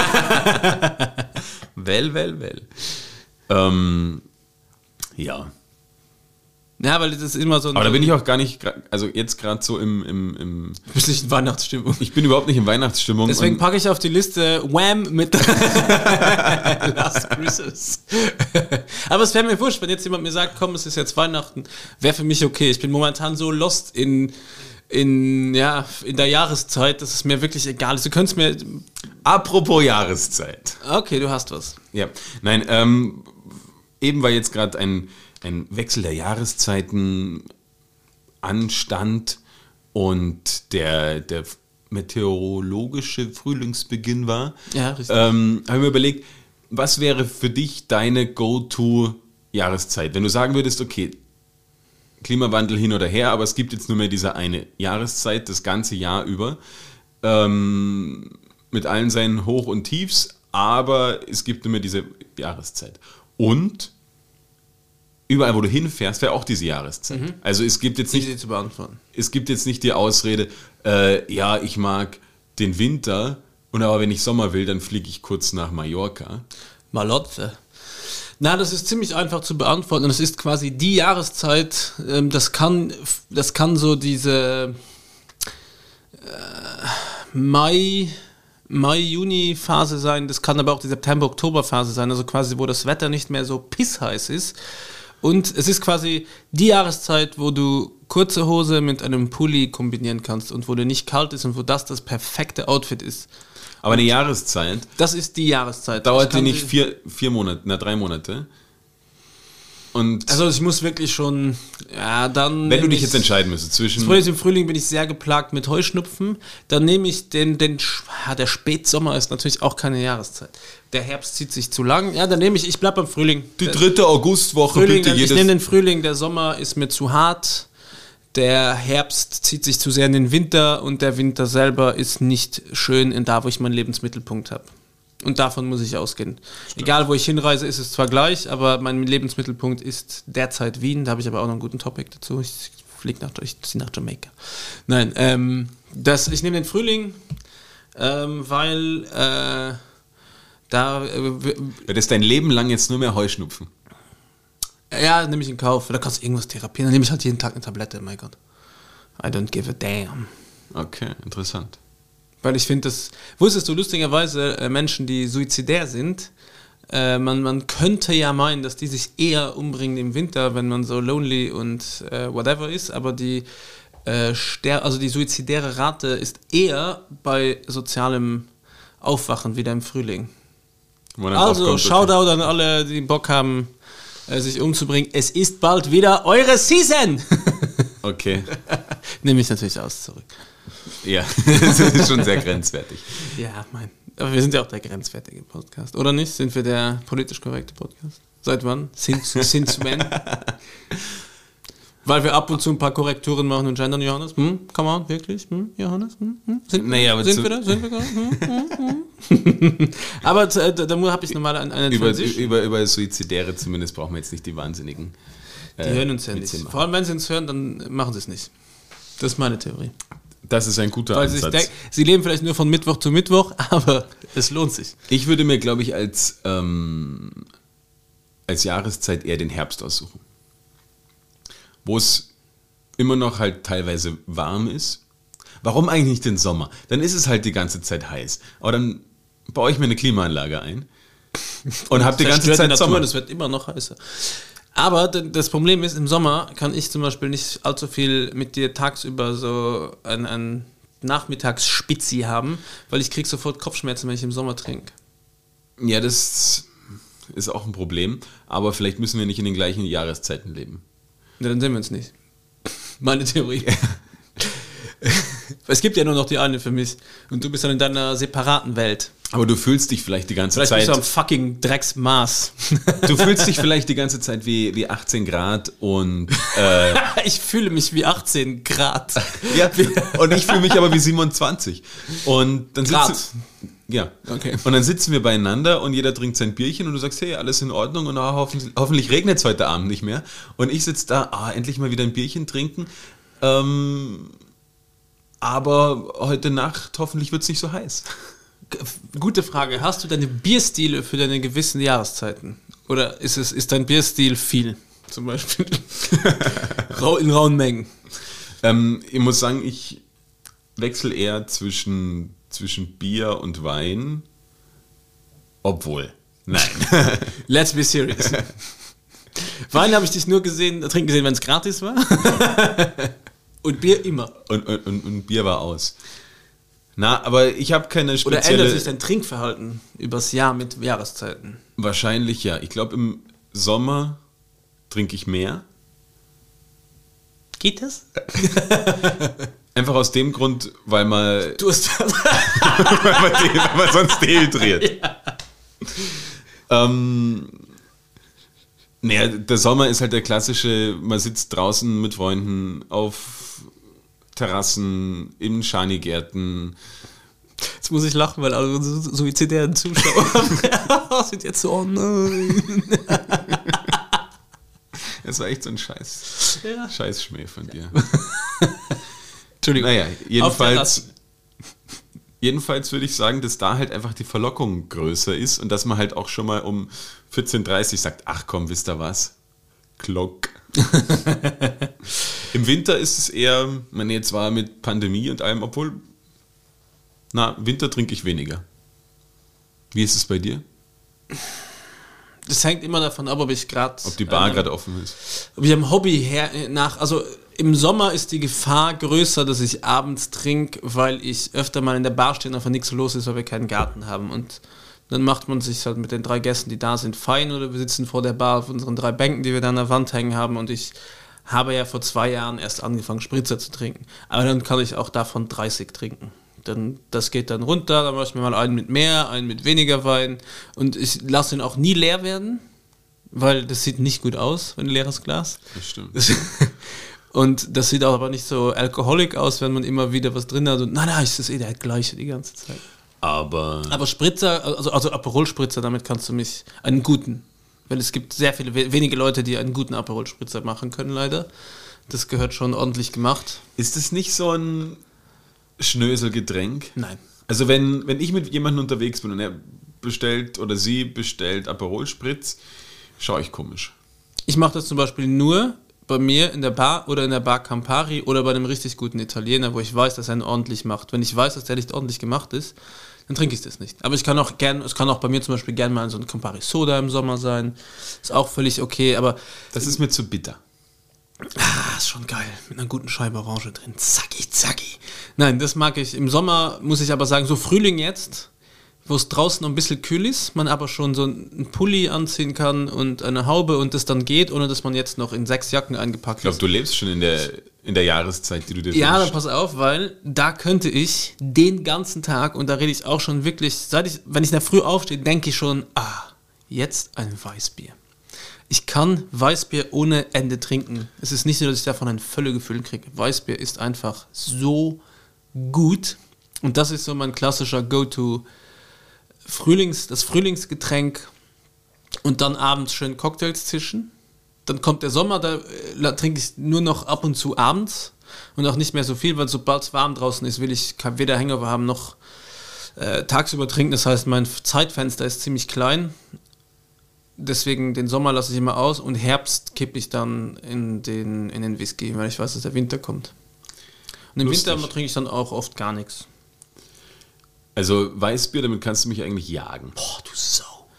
well, well, well. Ähm, ja. Ja, weil das ist immer so ein... Aber da bin ich auch gar nicht, also jetzt gerade so im... im, im Du bist nicht in Weihnachtsstimmung. Ich bin überhaupt nicht in Weihnachtsstimmung. Deswegen packe ich auf die Liste Wham mit Last Christmas. Aber es wäre mir wurscht, wenn jetzt jemand mir sagt, komm, es ist jetzt Weihnachten, wäre für mich okay. Ich bin momentan so lost in, in, ja, in der Jahreszeit, dass es mir wirklich egal ist. Du könntest mir... Apropos Jahreszeit. Okay, du hast was. Ja, nein, ähm, eben weil jetzt gerade ein... ein Wechsel der Jahreszeiten anstand und der, der meteorologische Frühlingsbeginn war, ja, richtig. ähm, habe ich mir überlegt, was wäre für dich deine Go-To-Jahreszeit? Wenn du sagen würdest, okay, Klimawandel hin oder her, aber es gibt jetzt nur mehr diese eine Jahreszeit, das ganze Jahr über, ähm, mit allen seinen Hoch- und Tiefs, aber es gibt nur mehr diese Jahreszeit. Und überall, wo du hinfährst, wäre auch diese Jahreszeit. Mhm. Also es gibt jetzt nicht, Easy zu beantworten. Es gibt jetzt nicht die Ausrede, äh, ja, ich mag den Winter, und aber wenn ich Sommer will, dann fliege ich kurz nach Mallorca. Malotte. Na, das ist ziemlich einfach zu beantworten. Und es ist quasi die Jahreszeit, ähm, das kann, das kann so diese äh, Mai, Mai-Juni-Phase sein, das kann aber auch die September-Oktober-Phase sein, also quasi, wo das Wetter nicht mehr so pissheiß ist. Und es ist quasi die Jahreszeit, wo du kurze Hose mit einem Pulli kombinieren kannst und wo dir nicht kalt ist und wo das das perfekte Outfit ist. Aber eine Jahreszeit... Das ist die Jahreszeit. Dauert die nicht vier, vier Monate, na drei Monate? Und also ich muss wirklich schon, ja, dann... Wenn du dich jetzt entscheiden müsstest zwischen... Das Problem ist, im Frühling bin ich sehr geplagt mit Heuschnupfen. Dann nehme ich den, den, ja, der Spätsommer ist natürlich auch keine Jahreszeit. Der Herbst zieht sich zu lang. Ja, dann nehme ich, ich bleibe beim Frühling. Die dritte Augustwoche, Frühling, bitte dann, jedes... Ich nehme den Frühling, der Sommer ist mir zu hart. Der Herbst zieht sich zu sehr in den Winter und der Winter selber ist nicht schön in da, wo ich meinen Lebensmittelpunkt habe. Und davon muss ich ausgehen. Stimmt. Egal, wo ich hinreise, ist es zwar gleich, aber mein Lebensmittelpunkt ist derzeit Wien. Da habe ich aber auch noch einen guten Topic dazu. Ich fliege nach, ich ziehe nach Jamaika. Nein, ähm, das, ich nehme den Frühling, ähm, weil äh, da... Äh, das ist dein Leben lang jetzt nur mehr Heuschnupfen. Ja, nehme ich in Kauf. Da kannst du irgendwas therapieren. Dann nehme ich halt jeden Tag eine Tablette. Mein Gott. I don't give a damn. Okay, interessant. Weil ich finde, das wusstest du lustigerweise, äh, Menschen, die suizidär sind, äh, man, man könnte ja meinen, dass die sich eher umbringen im Winter, wenn man so lonely und äh, whatever ist, aber die, äh, ster- also die suizidäre Rate ist eher bei sozialem Aufwachen wieder im Frühling. Also, aufkommt, Shoutout okay. an alle, die Bock haben, äh, sich umzubringen. Es ist bald wieder eure Season! Okay. Nehme ich natürlich aus, zurück. Ja, das ist schon sehr grenzwertig. Ja, mein. Aber wir sind ja auch der grenzwertige Podcast, oder nicht? Sind wir der politisch korrekte Podcast? Seit wann? Since, since when? Weil wir ab und zu ein paar Korrekturen machen und gendern, Johannes. Hm? Come on, wirklich? Hm? Johannes? Hm? Hm? Sind, naja, aber sind wir da? Sind wir da? Hm? Hm? Hm? Aber da, da habe ich nochmal eine, eine über, über, über Suizidäre zumindest brauchen wir jetzt nicht die Wahnsinnigen. Die äh, hören uns ja nicht. Vor allem, wenn sie uns hören, dann machen sie es nicht. Das ist meine Theorie. Das ist ein guter Weil Ansatz. Denk, sie leben vielleicht nur von Mittwoch zu Mittwoch, aber es lohnt sich. Ich würde mir, glaube ich, als, ähm, als Jahreszeit eher den Herbst aussuchen. Wo es immer noch halt teilweise warm ist. Warum eigentlich nicht den Sommer? Dann ist es halt die ganze Zeit heiß. Aber dann baue ich mir eine Klimaanlage ein und habe die ganze Zeit die Sommer. Es wird immer noch heißer. Aber das Problem ist, im Sommer kann ich zum Beispiel nicht allzu viel mit dir tagsüber so ein, ein Nachmittagsspitzi haben, weil ich kriege sofort Kopfschmerzen, wenn ich im Sommer trinke. Ja, das ist auch ein Problem, aber vielleicht müssen wir nicht in den gleichen Jahreszeiten leben. Ja, dann sehen wir uns nicht. Meine Theorie. Es gibt ja nur noch die eine für mich. Und du bist dann in deiner separaten Welt. Aber du fühlst dich vielleicht die ganze Vielleicht Zeit... bist du am fucking Drecksmaß. Du fühlst dich vielleicht die ganze Zeit wie, wie achtzehn Grad und... Äh, Ich fühle mich wie achtzehn Grad. ja, und ich fühle mich aber wie siebenundzwanzig. Und dann Grad. sitzen... Ja, Okay. Und dann sitzen wir beieinander und jeder trinkt sein Bierchen und du sagst, hey, alles in Ordnung und ah, hoffentlich, hoffentlich regnet es heute Abend nicht mehr. Und ich sitze da, ah, endlich mal wieder ein Bierchen trinken. Ähm, aber heute Nacht hoffentlich wird es nicht so heiß. Gute Frage. Hast du deine Bierstile für deine gewissen Jahreszeiten? Oder ist es ist dein Bierstil viel? Zum Beispiel Rau- in rauen Mengen. Ähm, ich muss sagen, ich wechsle eher zwischen, zwischen Bier und Wein. Obwohl. Nein. Let's be serious. Wein habe ich dich nur gesehen, trinken gesehen, wenn es gratis war. Und Bier immer. und, und, und, und Bier war aus. Na, aber ich habe keine Oder spezielle... ändert sich dein Trinkverhalten übers Jahr mit Jahreszeiten? Wahrscheinlich ja. Ich glaube, im Sommer trinke ich mehr. Geht das? Einfach aus dem Grund, weil man, Du hast das. weil man, de- weil man sonst dehydriert. Ähm, naja, der Sommer ist halt der klassische, man sitzt draußen mit Freunden auf Terrassen, in Schanigärten. Jetzt muss ich lachen, weil alle unsere suizidären Zuschauer sind jetzt so, oh nein. Das war echt so ein Scheiß, Ja. Scheißschmäh von dir. Entschuldigung. Naja, Auf jedenfalls, Terrassen. jedenfalls würde ich sagen, dass da halt einfach die Verlockung größer ist und dass man halt auch schon mal um vierzehn Uhr dreißig sagt, ach komm, wisst ihr was? Glock. Im Winter ist es eher, man jetzt war mit Pandemie und allem, obwohl, na, Winter trinke ich weniger. Wie ist es bei dir? Das hängt immer davon ab, ob ich gerade... Ob die Bar gerade offen ist? Ob ich am Hobby her nach... Also im Sommer ist die Gefahr größer, dass ich abends trinke, weil ich öfter mal in der Bar stehe und einfach nichts los ist, weil wir keinen Garten haben. Und dann macht man sich halt mit den drei Gästen, die da sind, fein, oder wir sitzen vor der Bar auf unseren drei Bänken, die wir da an der Wand hängen haben, und ich habe ja vor zwei Jahren erst angefangen, Spritzer zu trinken. Aber dann kann ich auch davon dreißig trinken. Dann, das geht dann runter, dann mache ich mir mal einen mit mehr, einen mit weniger Wein, und ich lasse ihn auch nie leer werden, weil das sieht nicht gut aus, wenn ein leeres Glas. Das stimmt. Das, und das sieht auch aber nicht so alkoholik aus, wenn man immer wieder was drin hat und nein, nein, es ist eh der gleiche die ganze Zeit. Aber, Aber Spritzer, also, also Aperol-Spritzer, damit kannst du mich, einen guten, weil es gibt sehr viele, wenige Leute, die einen guten Aperol-Spritzer machen können, leider. Das gehört schon ordentlich gemacht. ist es nicht so ein Schnöselgetränk? Nein. Also wenn, wenn ich mit jemandem unterwegs bin und er bestellt oder sie bestellt Aperol Spritz, schaue ich komisch. Ich mache das zum Beispiel nur bei mir in der Bar oder in der Bar Campari oder bei einem richtig guten Italiener, wo ich weiß, dass er ihn ordentlich macht. Wenn ich weiß, dass der nicht ordentlich gemacht ist, dann trinke ich das nicht. Aber ich kann auch gern, es kann auch bei mir zum Beispiel gern mal so ein Campari Soda im Sommer sein. Ist auch völlig okay, aber Das ist mir zu bitter. ah, ist schon geil. Mit einer guten Scheibe Orange drin. Zacki, zacki. Nein, das mag ich. Im Sommer muss ich aber sagen, so Frühling jetzt, wo es draußen noch ein bisschen kühl ist, man aber schon so einen Pulli anziehen kann und eine Haube und das dann geht, ohne dass man jetzt noch in sechs Jacken eingepackt Ich glaube, ist. du lebst schon in der, in der Jahreszeit, die du dir Ja, dann wünschst. pass auf, weil da könnte ich den ganzen Tag, und da rede ich auch schon wirklich, seit ich, wenn ich in der Früh aufstehe, denke ich schon, ah, jetzt ein Weißbier. Ich kann Weißbier ohne Ende trinken. Es ist nicht so, dass ich davon ein Völlegefühl kriege. Weißbier ist einfach so gut. Und das ist so mein klassischer Go-To Frühlings, das Frühlingsgetränk, und dann abends schön Cocktails zischen. Dann kommt der Sommer, da äh, trinke ich nur noch ab und zu abends und auch nicht mehr so viel, weil sobald es warm draußen ist, will ich kein- weder Hangover haben noch äh, tagsüber trinken. Das heißt, mein Zeitfenster ist ziemlich klein. Deswegen den Sommer lasse ich immer aus, und Herbst kippe ich dann in den, in den Whisky, weil ich weiß, dass der Winter kommt. Und im Lustig. Winter trinke ich dann auch oft gar nichts. Also Weißbier, damit kannst du mich eigentlich jagen. Boah, du Sau.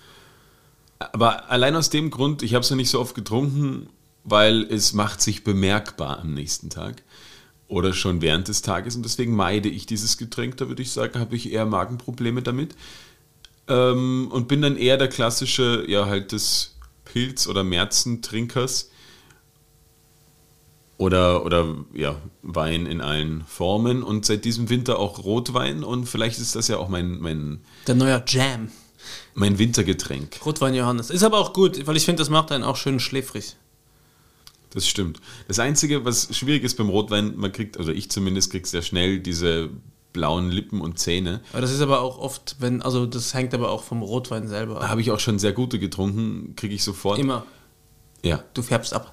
Aber allein aus dem Grund, ich habe es ja nicht so oft getrunken, weil es macht sich bemerkbar am nächsten Tag oder schon während des Tages, und deswegen meide ich dieses Getränk. Da würde ich sagen, habe ich eher Magenprobleme damit. Ähm, und bin dann eher der klassische, ja halt des Pilz- oder Märzentrinkers. Oder, oder ja, Wein in allen Formen und seit diesem Winter auch Rotwein und vielleicht ist das ja auch mein, mein, Der neue Jam. mein Wintergetränk. Rotwein Johannes. Ist aber auch gut, weil ich finde, das macht einen auch schön schläfrig. Das stimmt. Das Einzige, was schwierig ist beim Rotwein, man kriegt, oder ich zumindest krieg sehr schnell diese blauen Lippen und Zähne. Aber das ist aber auch oft, wenn, also das hängt aber auch vom Rotwein selber ab. Habe ich auch schon sehr gute getrunken, kriege ich sofort. Immer. Ja. Du färbst ab.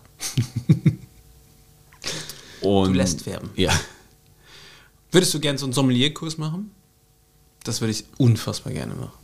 Und Du lässt färben. Ja. Würdest du gerne so einen Sommelierkurs machen? Das würde ich unfassbar gerne machen.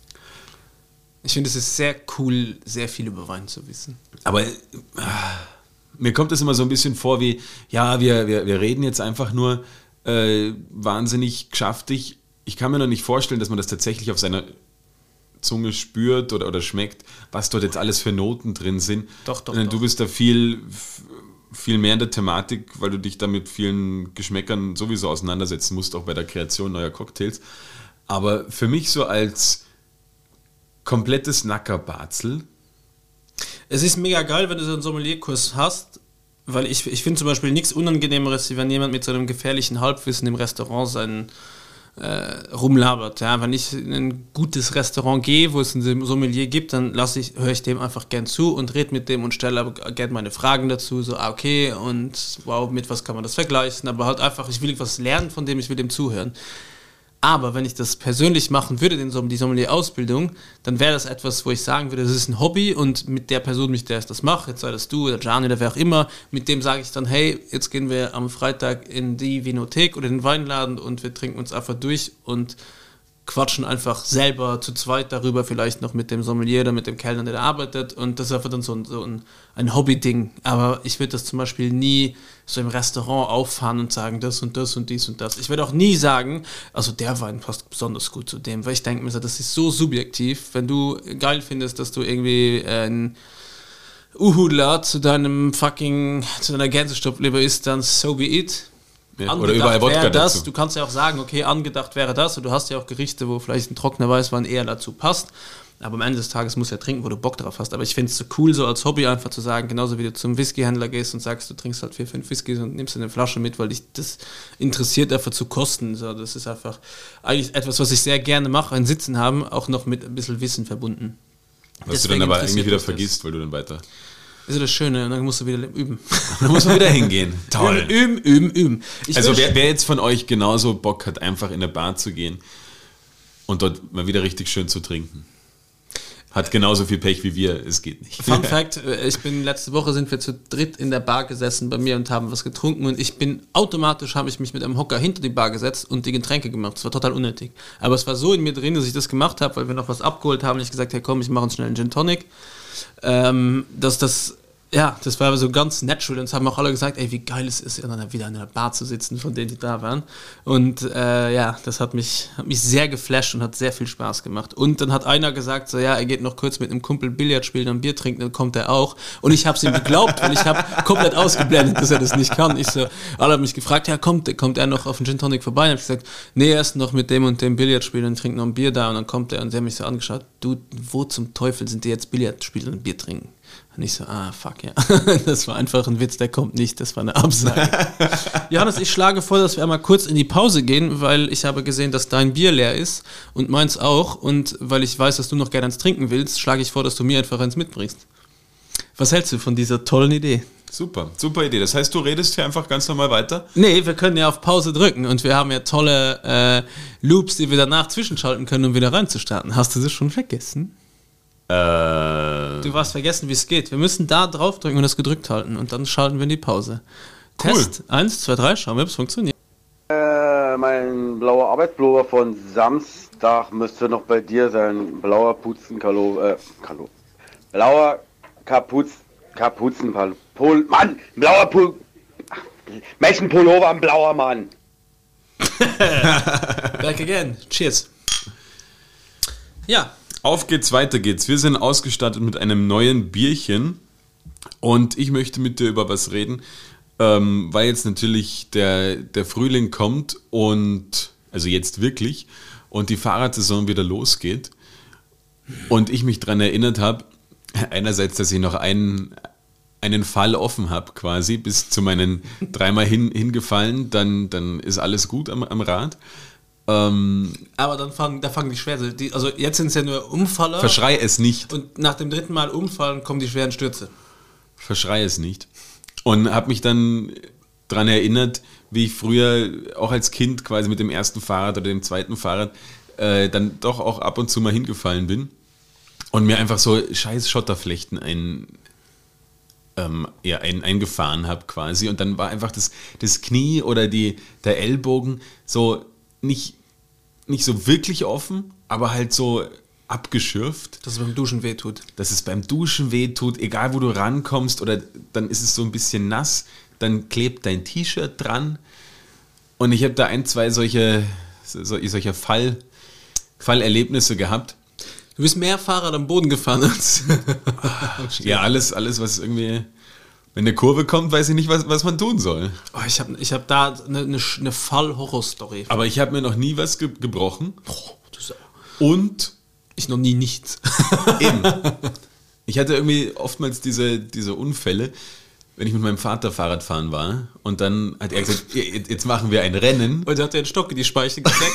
Ich finde, es ist sehr cool, sehr viel über Wein zu wissen. Aber äh, mir kommt das immer so ein bisschen vor wie, ja, wir, wir, wir reden jetzt einfach nur äh, wahnsinnig geschäftig. Ich kann mir noch nicht vorstellen, dass man das tatsächlich auf seiner Zunge spürt oder, oder schmeckt, was dort jetzt alles für Noten drin sind. Doch, doch, Du doch. bist da viel, viel mehr in der Thematik, weil du dich da mit vielen Geschmäckern sowieso auseinandersetzen musst, auch bei der Kreation neuer Cocktails. Aber für mich so als komplettes Nackerbatzel, Es ist mega geil, wenn du so einen Sommelierkurs hast, weil ich, ich finde zum Beispiel nichts Unangenehmeres, wie wenn jemand mit so einem gefährlichen Halbwissen im Restaurant seinen äh, rumlabert. Ja? Wenn ich in ein gutes Restaurant gehe, wo es einen Sommelier gibt, dann lasse ich, höre ich dem einfach gern zu und rede mit dem und stelle aber gerne meine Fragen dazu, so, ah, okay, und wow, mit was kann man das vergleichen, aber halt einfach, ich will was lernen von dem, ich will dem zuhören. Aber wenn ich das persönlich machen würde, den Som- die Sommelier-Ausbildung, dann wäre das etwas, wo ich sagen würde, das ist ein Hobby und mit der Person, mit der ich das mache, jetzt sei das du oder Gianni oder wer auch immer, mit dem sage ich dann, hey, jetzt gehen wir am Freitag in die Vinothek oder den Weinladen und wir trinken uns einfach durch und quatschen einfach selber zu zweit darüber, vielleicht noch mit dem Sommelier oder mit dem Kellner, der da arbeitet, und das ist einfach dann so ein, so ein, ein Hobby-Ding. Aber ich würde das zum Beispiel nie so im Restaurant auffahren und sagen, das und das und dies und das. Ich würde auch nie sagen, also der Wein passt besonders gut zu dem, weil ich denke mir so, das ist so subjektiv, wenn du geil findest, dass du irgendwie ein Uhudler zu deinem fucking, zu deiner Gänsestopfleber isst, dann so be it. ja, oder überall Wodka wäre das, dazu. du kannst ja auch sagen, okay, angedacht wäre das, und du hast ja auch Gerichte, wo vielleicht ein trockener Weißwein eher dazu passt, aber am Ende des Tages musst du ja trinken, wo du Bock drauf hast. Aber ich finde es so cool, so als Hobby einfach zu sagen, genauso wie du zum Whiskyhändler gehst und sagst, du trinkst halt vier, fünf Whiskys und nimmst eine Flasche mit, weil dich das interessiert, einfach zu kosten. So, das ist einfach eigentlich etwas, was ich sehr gerne mache, ein Sitzen haben, auch noch mit ein bisschen Wissen verbunden. was Deswegen du dann aber interessiert eigentlich wieder mich das. vergisst, weil du dann weiter... Das ist das Schöne, und dann musst du wieder üben. Da muss man wieder hingehen. Toll. Üben, üben, üben, üben. Ich Also wünsch- wer, wer jetzt von euch genauso Bock hat, einfach in eine Bar zu gehen und dort mal wieder richtig schön zu trinken, hat genauso viel Pech wie wir, es geht nicht. Fun Fact, äh, ich bin letzte Woche sind wir zu dritt in der Bar gesessen bei mir und haben was getrunken, und ich bin automatisch, habe ich mich mit einem Hocker hinter die Bar gesetzt und die Getränke gemacht. Das war total unnötig. Aber es war so in mir drin, dass ich das gemacht habe, weil wir noch was abgeholt haben und ich gesagt, hey komm, ich mache uns schnell einen Gin Tonic. Ähm, dass das, ja, das war so ganz natural, und es haben auch alle gesagt, ey, wie geil es ist, dann wieder in einer Bar zu sitzen, von denen die da waren. Und äh, ja, das hat mich, hat mich sehr geflasht und hat sehr viel Spaß gemacht. Und dann hat einer gesagt, so ja, er geht noch kurz mit einem Kumpel Billard spielen und Bier trinken, dann kommt er auch. Und ich habe es ihm geglaubt, weil ich habe komplett ausgeblendet, dass er das nicht kann. Ich so, alle haben mich gefragt, ja, kommt, kommt er noch auf den Gin Tonic vorbei? Und habe ich gesagt, nee, er ist noch mit dem und dem Billard spielen und trinkt noch ein Bier da. Und dann kommt er und der hat mich so angeschaut, du, wo zum Teufel sind die jetzt Billard spielen und Bier trinken? Und ich so, ah, fuck, ja. Das war einfach ein Witz, der kommt nicht, das war eine Absage. Johannes, ich schlage vor, dass wir einmal kurz in die Pause gehen, weil ich habe gesehen, dass dein Bier leer ist und meins auch. Und weil ich weiß, dass du noch gerne eins trinken willst, schlage ich vor, dass du mir einfach eins mitbringst. Was hältst du von dieser tollen Idee? Super, super Idee. Das heißt, du redest hier einfach ganz normal weiter? Nee, wir können ja auf Pause drücken und wir haben ja tolle äh, Loops, die wir danach zwischenschalten können, um wieder reinzustarten. Hast du das schon vergessen? Äh, Du warst vergessen, wie es geht. Wir müssen da draufdrücken und das gedrückt halten und dann schalten wir in die Pause. Cool. Test eins, zwei, drei, schauen wir, ob es funktioniert. Äh, mein blauer Arbeitspullover von Samstag müsste noch bei dir sein. Blauer Puzenkalo, äh, Kalo. Blauer Kapuz, Kapuzenpullover. Pol, Mann! Blauer Pul... Ach, welchen Pullover ein blauer Mann? Back again. Cheers. Ja, Auf geht's, weiter geht's. Wir sind ausgestattet mit einem neuen Bierchen und ich möchte mit dir über was reden, ähm, weil jetzt natürlich der, der Frühling kommt und, also jetzt wirklich, und die Fahrradsaison wieder losgeht und ich mich daran erinnert habe, einerseits, dass ich noch ein, einen Fall offen habe, quasi, bis zu meinen dreimal hin, hingefallen, dann, dann ist alles gut am, am Rad. Ähm, Aber dann fangen, da fangen die schweren, die, also jetzt sind es ja nur Umfaller. Verschrei es nicht. Und nach dem dritten Mal umfallen kommen die schweren Stürze. Verschrei es nicht. Und habe mich dann daran erinnert, wie ich früher auch als Kind quasi mit dem ersten Fahrrad oder dem zweiten Fahrrad äh, dann doch auch ab und zu mal hingefallen bin und mir einfach so scheiß Schotterflechten ein, ähm, ja, ein, eingefahren habe quasi. Und dann war einfach das, das Knie oder die, der Ellbogen so nicht, nicht so wirklich offen, aber halt so abgeschürft. Dass es beim Duschen wehtut. Dass es beim Duschen wehtut, egal wo du rankommst, oder dann ist es so ein bisschen nass, dann klebt dein T-Shirt dran. Und ich habe da ein, zwei solche, so, solche Fall, Fallerlebnisse gehabt. Du bist mehr Fahrrad am Boden gefahren als... Ja, alles, alles, was irgendwie... Wenn eine Kurve kommt, weiß ich nicht, was, was man tun soll. Oh, ich habe ich hab da eine, eine, eine Fall-Horror-Story. Aber ich habe mir noch nie was ge- gebrochen. Oh, du Sau. Und... Ich noch nie nichts. Eben. Ich hatte irgendwie oftmals diese, diese Unfälle, wenn ich mit meinem Vater Fahrrad fahren war. Und dann hat er gesagt, jetzt machen wir ein Rennen. Und hat er einen Stock in die Speiche gesteckt.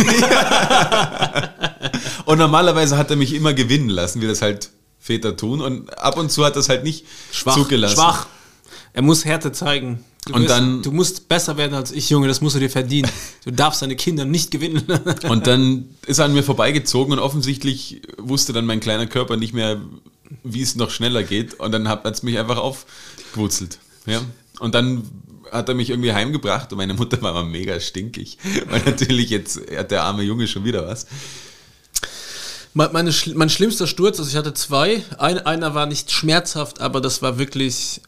Und normalerweise hat er mich immer gewinnen lassen, wie das halt Väter tun. Und ab und zu hat das halt nicht Schwach, zugelassen. schwach. Er muss Härte zeigen. Du, Und wirst, dann- du musst besser werden als ich, Junge, das musst du dir verdienen. Du darfst deine Kinder nicht gewinnen. Und dann ist er an mir vorbeigezogen und offensichtlich wusste dann mein kleiner Körper nicht mehr, wie es noch schneller geht. Und dann hat es mich einfach aufgewurzelt. Ja? Und dann hat er mich irgendwie heimgebracht und meine Mutter war mal mega stinkig. Weil natürlich jetzt hat der arme Junge schon wieder was. Meine, meine, mein schlimmster Sturz, also ich hatte zwei. Ein, einer war nicht schmerzhaft, aber das war wirklich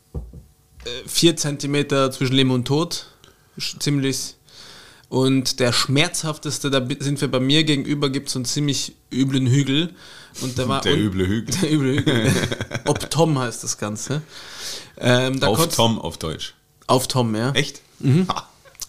äh, vier Zentimeter zwischen Leben und Tod. Sch- Ziemlich. Und der schmerzhafteste, da bi- sind wir bei mir gegenüber, gibt es so einen ziemlich üblen Hügel. Und der war Der un- üble Hügel. Der üble Hügel. Ob Tom heißt das Ganze. Ähm, da Auf konntest- Tom auf Deutsch. Auf Tom, ja. Echt? Ha.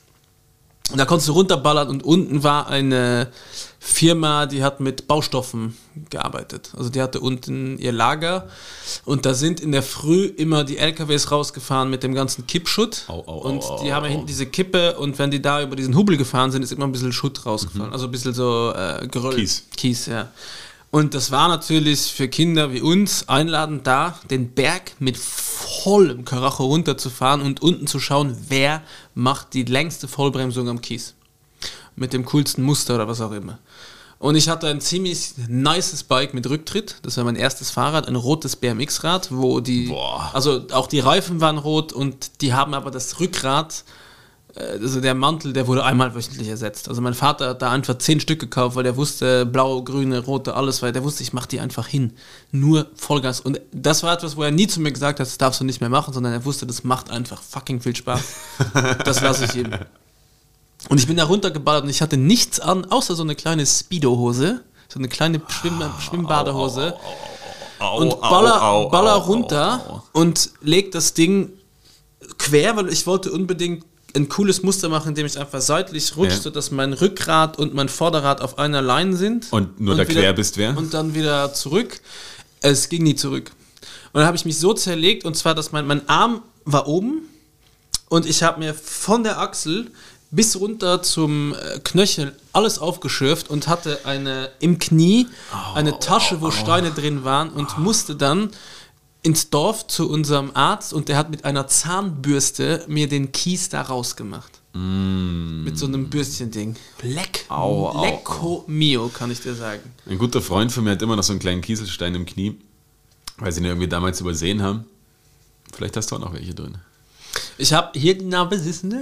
Und da konntest du runterballern und unten war eine Firma, die hat mit Baustoffen gearbeitet. Also die hatte unten ihr Lager und da sind in der Früh immer die L K Ws rausgefahren mit dem ganzen Kippschutt. Au, au, und au, die au, haben ja au. hinten diese Kippe und wenn die da über diesen Hubbel gefahren sind, ist immer ein bisschen Schutt rausgefahren. Also ein bisschen so äh, Geröll. Kies. Kies, ja. Und das war natürlich für Kinder wie uns einladend da, den Berg mit vollem Karacho runterzufahren und unten zu schauen, wer macht die längste Vollbremsung am Kies. Mit dem coolsten Muster oder was auch immer. Und ich hatte ein ziemlich nices Bike mit Rücktritt. Das war mein erstes Fahrrad, ein rotes B M X-Rad, wo die, Boah. also auch die Reifen waren rot und die haben aber das Rückgrat, also der Mantel, der wurde einmal wöchentlich ersetzt. Also mein Vater hat da einfach zehn Stück gekauft, weil der wusste, blau, grüne, rote, alles, weil der wusste, ich mach die einfach hin. Nur Vollgas. Und das war etwas, wo er nie zu mir gesagt hat, das darfst du nicht mehr machen, sondern er wusste, das macht einfach fucking viel Spaß. Das lasse ich ihm. Und ich bin da runtergeballert und ich hatte nichts an, außer so eine kleine Speedo-Hose, so eine kleine Schwimm Schwimmbadehose. Und baller, baller runter und leg das Ding quer, weil ich wollte unbedingt ein cooles Muster machen, indem ich einfach seitlich rutsche, Ja. sodass mein Rückgrat und mein Vorderrad auf einer Line sind. Und nur da wieder- quer bist wer? Und dann wieder zurück. Es ging nie zurück. Und dann habe ich mich so zerlegt, und zwar, dass mein, mein Arm war oben und ich habe mir von der Achsel bis runter zum äh, Knöchel alles aufgeschürft und hatte eine im Knie eine Tasche, wo Steine drin waren und musste dann ins Dorf zu unserem Arzt und der hat mit einer Zahnbürste mir den Kies da rausgemacht. Mm. Mit so einem Bürstchen-Ding. Leck, Au, au, lecco mio, kann ich dir sagen. Ein guter Freund von mir hat immer noch so einen kleinen Kieselstein im Knie, weil sie ihn irgendwie damals übersehen haben. Vielleicht hast du auch noch welche drin. Ich habe hier die Narbe, siehst du?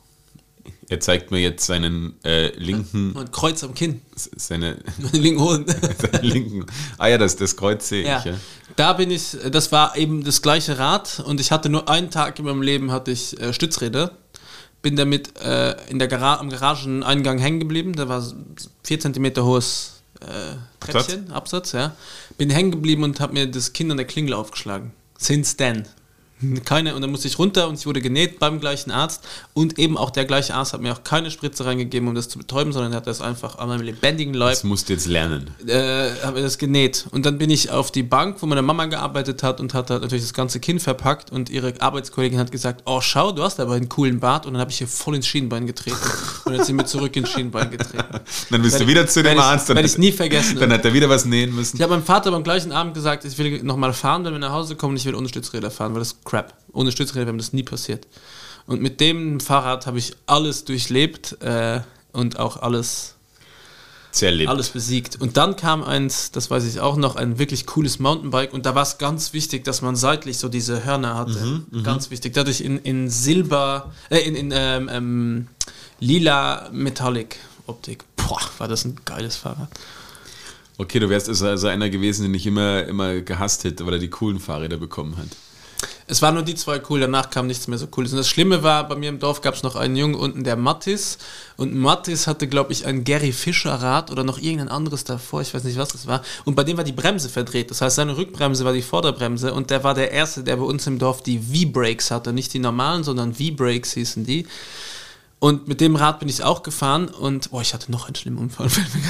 Er zeigt mir jetzt seinen äh, linken, Und Kreuz am Kinn. seine, Linken Hoden. seinen linken, ah ja, das, das Kreuz sehe Ja. ich, ja. Da bin ich, das war eben das gleiche Rad und ich hatte nur einen Tag in meinem Leben hatte ich äh, Stützräder. Bin damit äh, in der Gara- am Garageneingang hängen geblieben. Da war vier Zentimeter hohes äh, Treppchen, Absatz, ja. Bin hängen geblieben und habe mir das Kind an der Klingel aufgeschlagen. Since then. Keine, und dann musste ich runter und ich wurde genäht beim gleichen Arzt und eben auch der gleiche Arzt hat mir auch keine Spritze reingegeben, um das zu betäuben, sondern er hat das einfach an meinem lebendigen Leib. Das musst du jetzt lernen. Äh, habe ich das genäht. Und dann bin ich auf die Bank, wo meine Mama gearbeitet hat und hat halt natürlich das ganze Kinn verpackt und ihre Arbeitskollegin hat gesagt, oh schau, du hast aber einen coolen Bart und dann habe ich hier voll ins Schienbein getreten und dann sind wir zurück ins Schienbein getreten. Dann bist Werd du wieder zu dem ich, Arzt. Dann werde ich nie vergessen. Dann hat er wieder was nähen müssen. Ich habe meinem Vater beim gleichen Abend gesagt, ich will nochmal fahren, wenn wir nach Hause kommen, ich will ohne Stützräder fahren, weil das ist crap. Ohne Stützräder wäre mir das nie passiert. Und mit dem Fahrrad habe ich alles durchlebt äh, und auch alles, Zerlebt. alles besiegt. Und dann kam eins, das weiß ich auch noch, ein wirklich cooles Mountainbike und da war es ganz wichtig, dass man seitlich so diese Hörner hatte. Mhm, ganz wichtig. Dadurch in, in Silber, äh, in, in ähm, ähm, lila Metallic Optik. Boah, war das ein geiles Fahrrad. Okay, du wärst also, also einer gewesen, den ich immer, immer gehasst hätte, weil er die coolen Fahrräder bekommen hat. Es waren nur die zwei cool, danach kam nichts mehr so cooles. Und das Schlimme war, bei mir im Dorf gab es noch einen Jungen unten, der Mattis. Und Mattis hatte, glaube ich, ein Gary Fischer Rad oder noch irgendein anderes davor, ich weiß nicht, was das war. Und bei dem war die Bremse verdreht. Das heißt, seine Rückbremse war die Vorderbremse. Und der war der Erste, der bei uns im Dorf die V-Brakes hatte. Nicht die normalen, sondern V-Brakes hießen die. Und mit dem Rad bin ich auch gefahren und, boah, ich hatte noch einen schlimmen Unfall.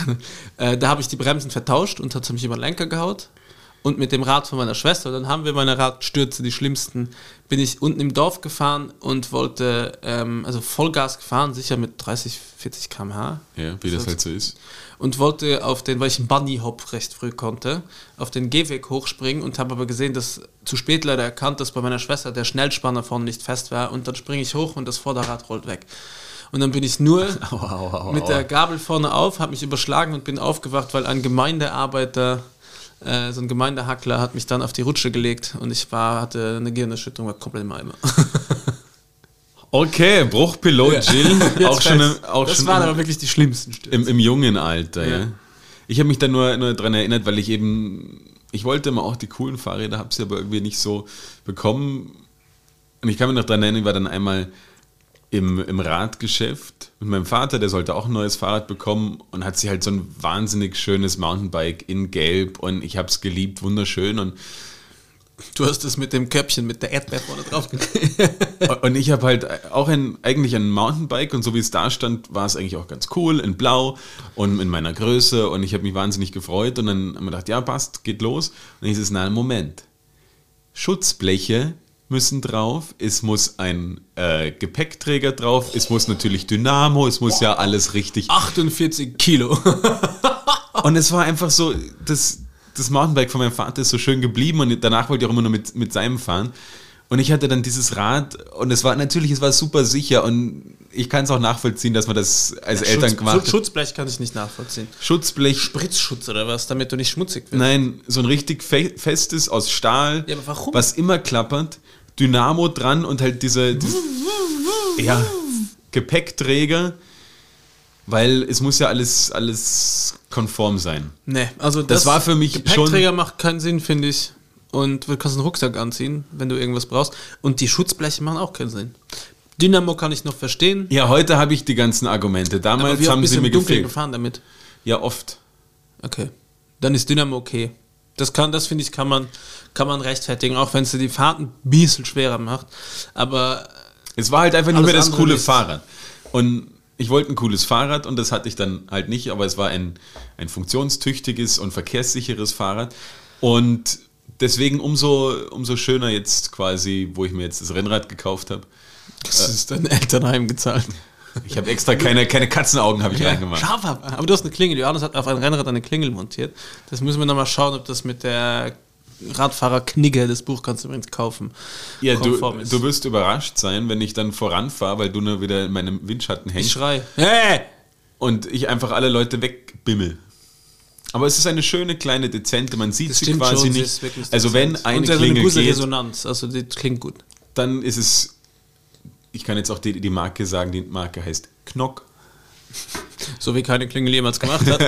äh, da habe ich die Bremsen vertauscht und hat mich über den Lenker gehaut. Und mit dem Rad von meiner Schwester, dann haben wir meine Radstürze, die schlimmsten, bin ich unten im Dorf gefahren und wollte, ähm, also Vollgas gefahren, sicher mit dreißig, vierzig Kilometer pro Stunde. Ja, wie das halt so ist. Und wollte auf den, weil ich einen Bunny-Hop recht früh konnte, auf den Gehweg hochspringen und habe aber gesehen, dass zu spät leider erkannt, dass bei meiner Schwester der Schnellspanner vorne nicht fest war und dann springe ich hoch und das Vorderrad rollt weg. Und dann bin ich nur aua, aua, aua, mit der Gabel vorne auf, habe mich überschlagen und bin aufgewacht, weil ein Gemeindearbeiter, äh, so ein Gemeindehackler, hat mich dann auf die Rutsche gelegt und ich war, hatte eine Gehirnerschütterung, war komplett im Eimer. Okay, Bruchpilot Jill, auch schon, im, auch das schon waren im, aber wirklich die schlimmsten Stürze. Im, im jungen Alter, ja. Ja. Ich habe mich da nur, nur dran erinnert, weil ich eben, ich wollte immer auch die coolen Fahrräder, habe sie aber irgendwie nicht so bekommen. Und ich kann mich noch dran erinnern, ich war dann einmal im, im Radgeschäft mit meinem Vater, der sollte auch ein neues Fahrrad bekommen und hat sich halt so ein wahnsinnig schönes Mountainbike in Gelb und ich habe es geliebt, wunderschön und du hast es mit dem Köpfchen, mit der Erdbeere vorne drauf gekriegt. Und ich habe halt auch ein, eigentlich ein Mountainbike und so wie es da stand, war es eigentlich auch ganz cool, in blau und in meiner Größe und ich habe mich wahnsinnig gefreut und dann haben wir gedacht, ja passt, geht los. Und dann hieß es, na Moment, Schutzbleche müssen drauf, es muss ein äh, Gepäckträger drauf, es muss natürlich Dynamo, es muss ja alles richtig. achtundvierzig Kilo. Und es war einfach so, das... das Mountainbike von meinem Vater ist so schön geblieben und danach wollte ich auch immer nur mit, mit seinem fahren. Und ich hatte dann dieses Rad und es war natürlich, es war super sicher und ich kann es auch nachvollziehen, dass man das als ja, Eltern Schutz, gemacht hat. Schutzblech kann ich nicht nachvollziehen. Schutzblech. Spritzschutz oder was, damit du nicht schmutzig wirst. Nein, so ein richtig fe- festes aus Stahl, ja, aber warum? was immer klappert, Dynamo dran und halt diese, diese ja, Gepäckträger. Weil es muss ja alles, alles konform sein. Nee, also das, das war für mich Gepäckträger schon... Gepäckträger macht keinen Sinn, finde ich. Und du kannst einen Rucksack anziehen, wenn du irgendwas brauchst. Und die Schutzbleche machen auch keinen Sinn. Dynamo kann ich noch verstehen. Ja, heute habe ich die ganzen Argumente. Damals aber wie haben bist sie du mir im Dunkeln gefehlt. gefahren damit? Ja, oft. Okay. Dann ist Dynamo okay. Das kann, das finde ich, kann man, kann man rechtfertigen, auch wenn es dir die Fahrt ein bisschen schwerer macht. Aber es war halt einfach nicht mehr das coole ist Fahrrad. Und ich wollte ein cooles Fahrrad und das hatte ich dann halt nicht, aber es war ein, ein funktionstüchtiges und verkehrssicheres Fahrrad. Und deswegen umso, umso schöner jetzt quasi, wo ich mir jetzt das Rennrad gekauft habe. Das äh, ist dein Elternheim gezahlt. Ich habe extra keine, keine Katzenaugen habe ich ja, reingemacht. Scharf ab. Aber du hast eine Klingel. Johannes hat auf ein Rennrad eine Klingel montiert. Das müssen wir nochmal schauen, ob das mit der Radfahrer-Knigge, das Buch kannst du übrigens kaufen. Ja, du, du wirst überrascht sein, wenn ich dann voranfahre, weil du nur wieder in meinem Windschatten hängst. Ich schrei. Hey! Und ich einfach alle Leute wegbimmel. Aber es ist eine schöne, kleine, dezente, man sieht sie quasi schon, nicht. Sie also wenn eine und Klingel eine gute geht, Resonanz, also die klingt gut. Dann ist es, ich kann jetzt auch die, die Marke sagen, die Marke heißt Knock. So wie keine Klingel jemals gemacht hat.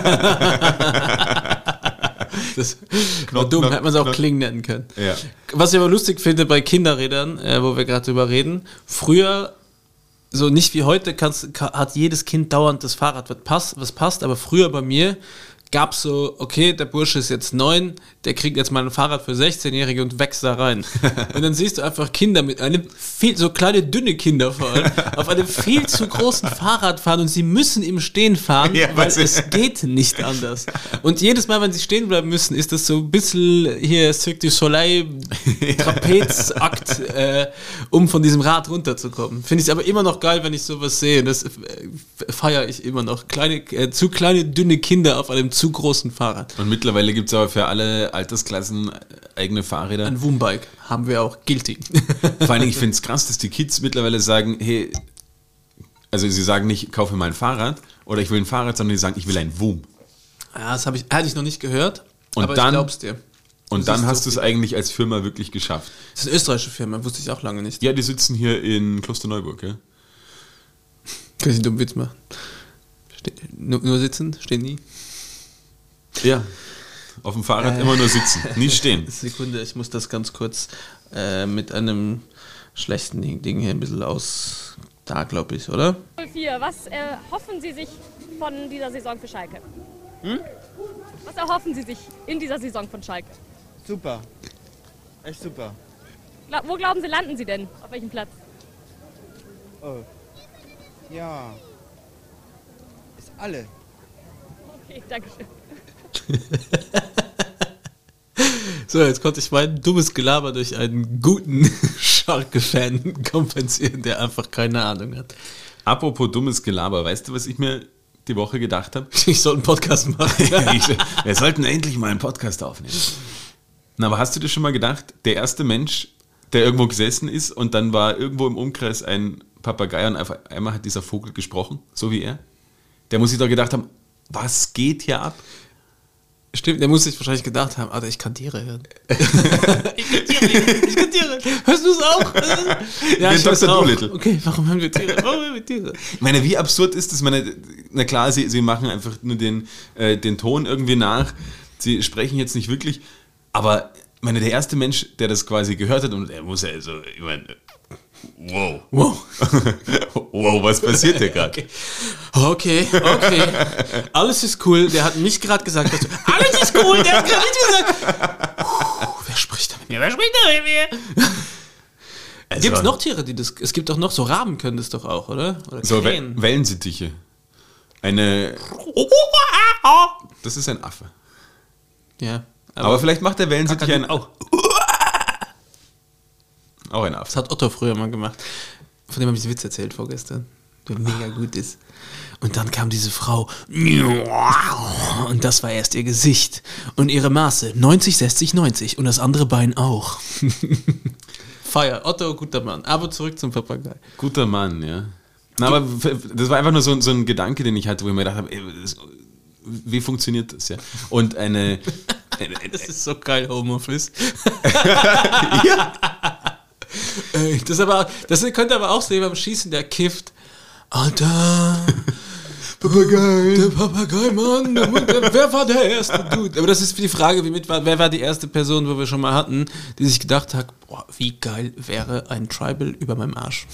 Das war dumm, hätte man es auch Klingen nennen können. Ja. Was ich aber lustig finde bei Kinderrädern, äh, wo wir gerade drüber reden, früher, so nicht wie heute, kannst, kann, hat jedes Kind dauernd das Fahrrad, was passt, was passt, aber früher bei mir gab es so, okay, der Bursche ist jetzt neun, der kriegt jetzt mal ein Fahrrad für sechzehnjährige und wächst da rein. Und dann siehst du einfach Kinder mit einem viel, so kleine, dünne Kinder vor allem, auf einem viel zu großen Fahrrad fahren und sie müssen im Stehen fahren, Ja, weil was es ist- geht nicht anders. Und jedes Mal, wenn sie stehen bleiben müssen, ist das so ein bisschen hier Cirque du Soleil, Trapezakt, äh, um von diesem Rad runterzukommen. Finde ich aber immer noch geil, wenn ich sowas sehe. Das äh, feiere ich immer noch. Kleine, äh, zu kleine, dünne Kinder auf einem zu großen Fahrrad. Und mittlerweile gibt es aber für alle Altersklassen eigene Fahrräder. Ein Woombike haben wir auch. Guilty. Vor allen Dingen, ich finde es krass, dass die Kids mittlerweile sagen, hey, also sie sagen nicht, kaufe mal ein Fahrrad oder ich will ein Fahrrad, sondern die sagen, ich will ein Woom. Ja, das habe ich, hatte ich noch nicht gehört, Und aber dann- ich glaub's dir. Und Das dann ist hast so du es eigentlich als Firma wirklich geschafft. Das ist eine österreichische Firma, wusste ich auch lange nicht. Ja, die sitzen hier in Klosterneuburg, ja? Kann ich einen dummen Witz machen? Ste nur, nur sitzen, stehen nie. Ja. Auf dem Fahrrad Äh. immer nur sitzen, nie stehen. Sekunde, ich muss das ganz kurz äh, mit einem schlechten Ding, Ding hier ein bisschen aus. Da, glaube ich, oder? null vier, was äh, hoffen Sie sich von dieser Saison für Schalke? Hm? Was erhoffen Sie sich in dieser Saison von Schalke? Super. Echt super. Gla wo glauben Sie, landen Sie denn? Auf welchem Platz? Oh. Ja. Ist alle. Okay, danke schön. So, jetzt konnte ich mein dummes Gelaber durch einen guten Schalke-Fan kompensieren, der einfach keine Ahnung hat. Apropos dummes Gelaber, weißt du, was ich mir die Woche gedacht habe? Ich soll einen Podcast machen. Wir sollten endlich mal einen Podcast aufnehmen. Na, aber hast du dir schon mal gedacht, der erste Mensch, der irgendwo gesessen ist und dann war irgendwo im Umkreis ein Papagei und auf einmal hat dieser Vogel gesprochen, so wie er? Der muss sich doch gedacht haben, was geht hier ab? Stimmt, der muss sich wahrscheinlich gedacht haben, Alter, ich kann Tiere hören. ich kann Tiere, ich kann Tiere. Hörst du es auch? Ja, Den ich hör's Doktor auch. Dolittle. Okay, warum hören wir Tiere? Warum hören wir Tiere? Ich meine, wie absurd ist das? Ich meine, na klar, sie, sie machen einfach nur den, äh, den Ton irgendwie nach. Sie sprechen jetzt nicht wirklich. Aber ich meine, der erste Mensch, der das quasi gehört hat, und er muss ja also, ich meine, wow. Wow. Wow, was passiert hier gerade? Okay, okay. Alles ist cool. Der hat mich gerade gesagt, dass du, alles ist cool. Der hat gerade nicht gesagt. Puh, wer spricht da mit mir? Wer spricht da mit mir? Also, Gibt es noch Tiere, die das... Es gibt doch noch so Raben können das doch auch, oder? Oder So, We Krähen. Wellensittiche. Eine. Das ist ein Affe. Ja. Aber, vielleicht macht der Wellensittich Kakadu ein. auch. Auch ein Das Affe. hat Otto früher mal gemacht. Von dem habe ich den Witz erzählt vorgestern. Der mega gut ist. Und dann kam diese Frau. Und das war erst ihr Gesicht. Und ihre Maße. neunzig, sechzig, neunzig. Und das andere Bein auch. Feier. Otto, guter Mann. Aber zurück zum Papagei. Guter Mann, ja. Na, aber das war einfach nur so, so ein Gedanke, den ich hatte, wo ich mir gedacht habe, ey, das, wie funktioniert das, ja? Und eine. eine, eine Das ist so geil, Homeoffice. ja. Ey, das, aber, das könnte aber auch so jemand beim Schießen, der kifft. Alter. Papagei. Der Papagei, Mann. Der, der, wer war der erste Dude? Aber das ist die Frage, wie mit, wer war die erste Person, wo wir schon mal hatten, die sich gedacht hat, boah, wie geil wäre ein Tribal über meinem Arsch.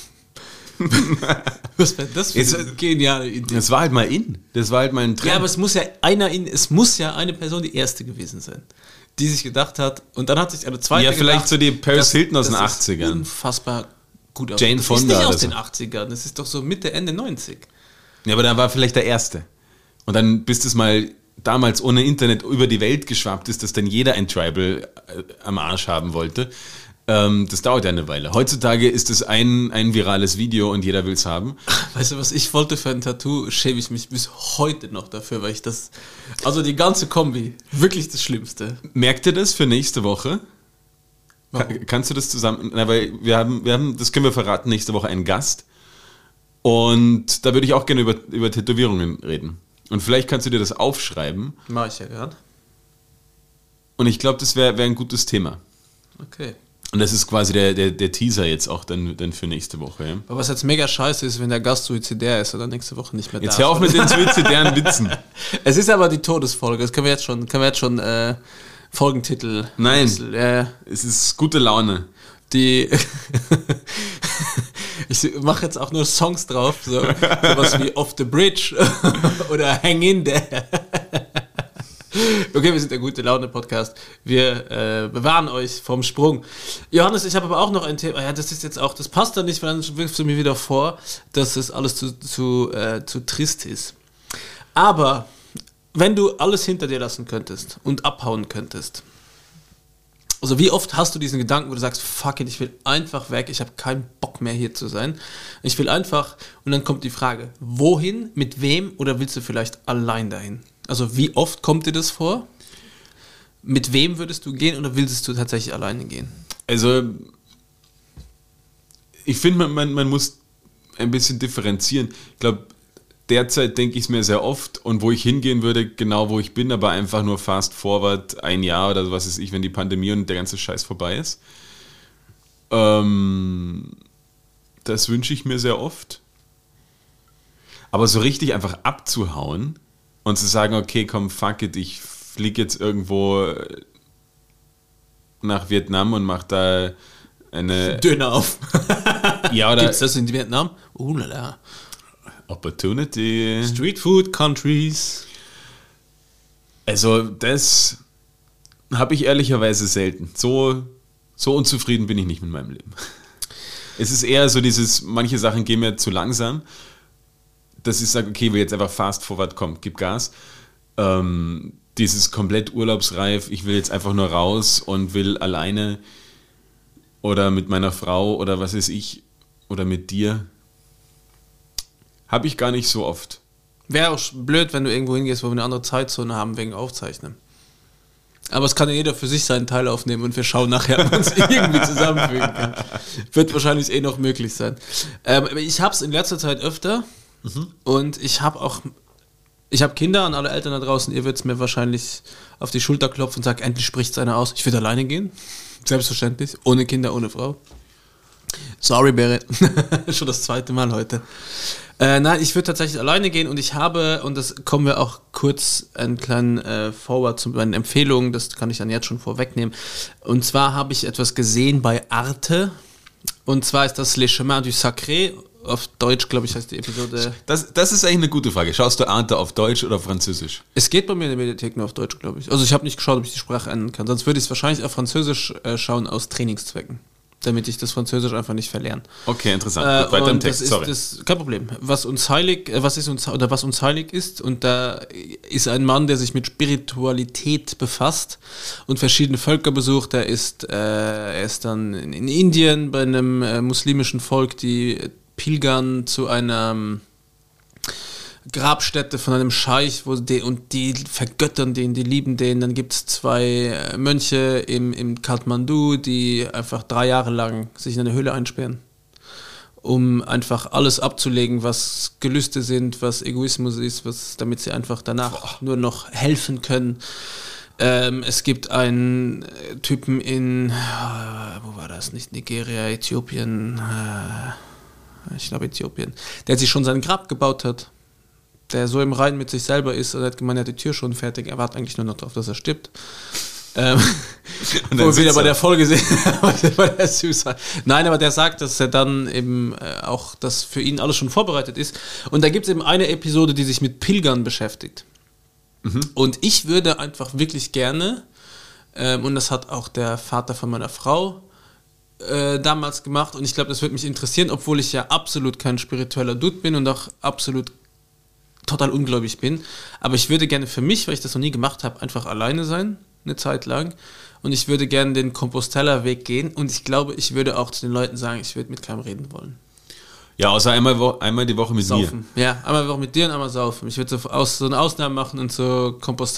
Was wäre das für Jetzt- eine geniale Idee? Das war halt mal in. Das war halt mal ein Trend. Ja, aber es muss ja einer in, es muss ja eine Person die erste gewesen sein, die sich gedacht hat, und dann hat sich eine zweite Ja, vielleicht gedacht, so die Paris das- Hilton aus den das ist achtzigern. Unfassbar gut aus. Jane das Fonda ist nicht oder aus so. den achtzigern, das ist doch so Mitte, Ende neunzig. Ja, aber da war vielleicht der Erste. Und dann, bis das mal damals ohne Internet über die Welt geschwappt ist, dass dann jeder ein Tribal äh, am Arsch haben wollte. Ähm, das dauert ja eine Weile. Heutzutage ist es ein, ein virales Video und jeder will es haben. Weißt du, was ich wollte für ein Tattoo, schäme ich mich bis heute noch dafür, weil ich das, also die ganze Kombi, wirklich das Schlimmste. Merkt ihr das für nächste Woche? Warum? Ka- Kannst du das zusammen, na, weil wir haben, wir haben, das können wir verraten, nächste Woche einen Gast. Und da würde ich auch gerne über, über Tätowierungen reden. Und vielleicht kannst du dir das aufschreiben. Mach ich ja gerade. Und ich glaube, das wäre wär ein gutes Thema. Okay. Und das ist quasi der, der, der Teaser jetzt auch dann, dann für nächste Woche. Ja? Aber was jetzt mega scheiße ist, wenn der Gast suizidär ist oder nächste Woche nicht mehr Jetzt da hör auf ist. mit den suizidären Witzen. Es ist aber die Todesfolge, das können wir jetzt schon, können wir jetzt schon äh, Folgentitel. Nein. Äh, Es ist gute Laune. die ich mache jetzt auch nur Songs drauf, so sowas wie Off the Bridge oder Hang in There. Okay, wir sind der gute Laune-Podcast. Wir äh, bewahren euch vom Sprung. Johannes, ich habe aber auch noch ein Thema. Ja, das ist jetzt auch, das passt da nicht, weil dann wirfst du mir wieder vor, dass es alles zu, zu, äh, zu trist ist. Aber wenn du alles hinter dir lassen könntest und abhauen könntest, also wie oft hast du diesen Gedanken, wo du sagst, fuck it, ich will einfach weg, ich habe keinen Bock mehr hier zu sein. Ich will einfach, und dann kommt die Frage, wohin, mit wem oder willst du vielleicht allein dahin? Also wie oft kommt dir das vor? Mit wem würdest du gehen oder willst du tatsächlich alleine gehen? Also ich finde, man, man, man muss ein bisschen differenzieren. Ich glaube, derzeit denke ich es mir sehr oft und wo ich hingehen würde, genau wo ich bin, aber einfach nur fast forward ein Jahr oder was weiß ich, wenn die Pandemie und der ganze Scheiß vorbei ist. Ähm, das wünsche ich mir sehr oft. Aber so richtig einfach abzuhauen und zu sagen, okay, komm, fuck it, ich fliege jetzt irgendwo nach Vietnam und mache da eine... Döner auf. Ja, oder... Gibt's das in Vietnam? Oh lala. Opportunity. Street Food Countries. Also das habe ich ehrlicherweise selten. So, so unzufrieden bin ich nicht mit meinem Leben. Es ist eher so dieses, manche Sachen gehen mir zu langsam, dass ich sage, okay, ich will jetzt einfach fast forward, komm, gib Gas. Ähm, dieses komplett urlaubsreif, ich will jetzt einfach nur raus und will alleine oder mit meiner Frau oder was weiß ich oder mit dir. Habe ich gar nicht so oft. Wäre auch blöd, wenn du irgendwo hingehst, wo wir eine andere Zeitzone haben wegen Aufzeichnen. Aber es kann ja jeder für sich seinen Teil aufnehmen und wir schauen nachher, ob man es irgendwie zusammenfügen kann. Wird wahrscheinlich eh noch möglich sein. Ähm, ich habe es in letzter Zeit öfter mhm. und ich habe auch, ich habe Kinder an alle Eltern da draußen, ihr würdet es mir wahrscheinlich auf die Schulter klopfen und sagen, endlich spricht es einer aus. Ich würde alleine gehen, selbstverständlich, ohne Kinder, ohne Frau. Sorry, Berit. Schon das zweite Mal heute. Äh, nein, ich würde tatsächlich alleine gehen und ich habe, und das kommen wir auch kurz einen kleinen äh, Forward zu meinen Empfehlungen, das kann ich dann jetzt schon vorwegnehmen. Und zwar habe ich etwas gesehen bei Arte und zwar ist das Les Chemins du Sacré, auf Deutsch, glaube ich, heißt die Episode. Das, das ist eigentlich eine gute Frage. Schaust du Arte auf Deutsch oder auf Französisch? Es geht bei mir in der Mediathek nur auf Deutsch, glaube ich. Also ich habe nicht geschaut, ob ich die Sprache ändern kann, sonst würde ich es wahrscheinlich auf Französisch äh, schauen aus Trainingszwecken, damit ich das Französisch einfach nicht verlerne. Okay, interessant. Gut, weiter äh, im Text, das sorry. ist das, kein Problem. Was uns heilig, äh, was ist uns oder was uns heilig ist, und da ist ein Mann, der sich mit Spiritualität befasst und verschiedene Völker besucht. Er ist, äh, er ist dann in, in Indien bei einem äh, muslimischen Volk, die pilgern zu einer ähm, Grabstätte von einem Scheich, wo die, und die vergöttern den, die lieben den. Dann gibt es zwei Mönche im, im Kathmandu, die einfach drei Jahre lang sich in eine Höhle einsperren, um einfach alles abzulegen, was Gelüste sind, was Egoismus ist, was, damit sie einfach danach Boah. nur noch helfen können. Ähm, es gibt einen Typen in, äh, wo war das, nicht Nigeria, Äthiopien, äh, ich glaube Äthiopien, der sich schon sein Grab gebaut hat, der so im Reinen mit sich selber ist, und er hat gemeint, er hat die Tür schon fertig, er wartet eigentlich nur noch darauf, dass er stirbt. Ähm, wo wir wieder bei der Folge sehen, bei der Süßheit. Nein, aber der sagt, dass er dann eben äh, auch, dass für ihn alles schon vorbereitet ist. Und da gibt es eben eine Episode, die sich mit Pilgern beschäftigt. Mhm. Und ich würde einfach wirklich gerne, ähm, und das hat auch der Vater von meiner Frau äh, damals gemacht, und ich glaube, das würde mich interessieren, obwohl ich ja absolut kein spiritueller Dude bin und auch absolut total ungläubig bin, aber ich würde gerne für mich, weil ich das noch nie gemacht habe, einfach alleine sein, eine Zeit lang, und ich würde gerne den Compostela-Weg gehen, und ich glaube, ich würde auch zu den Leuten sagen, ich würde mit keinem reden wollen. Ja, außer einmal, wo, einmal die Woche mit saufen. mir. Ja, einmal die Woche mit dir und einmal saufen. Ich würde so, aus, so eine Ausnahme machen und so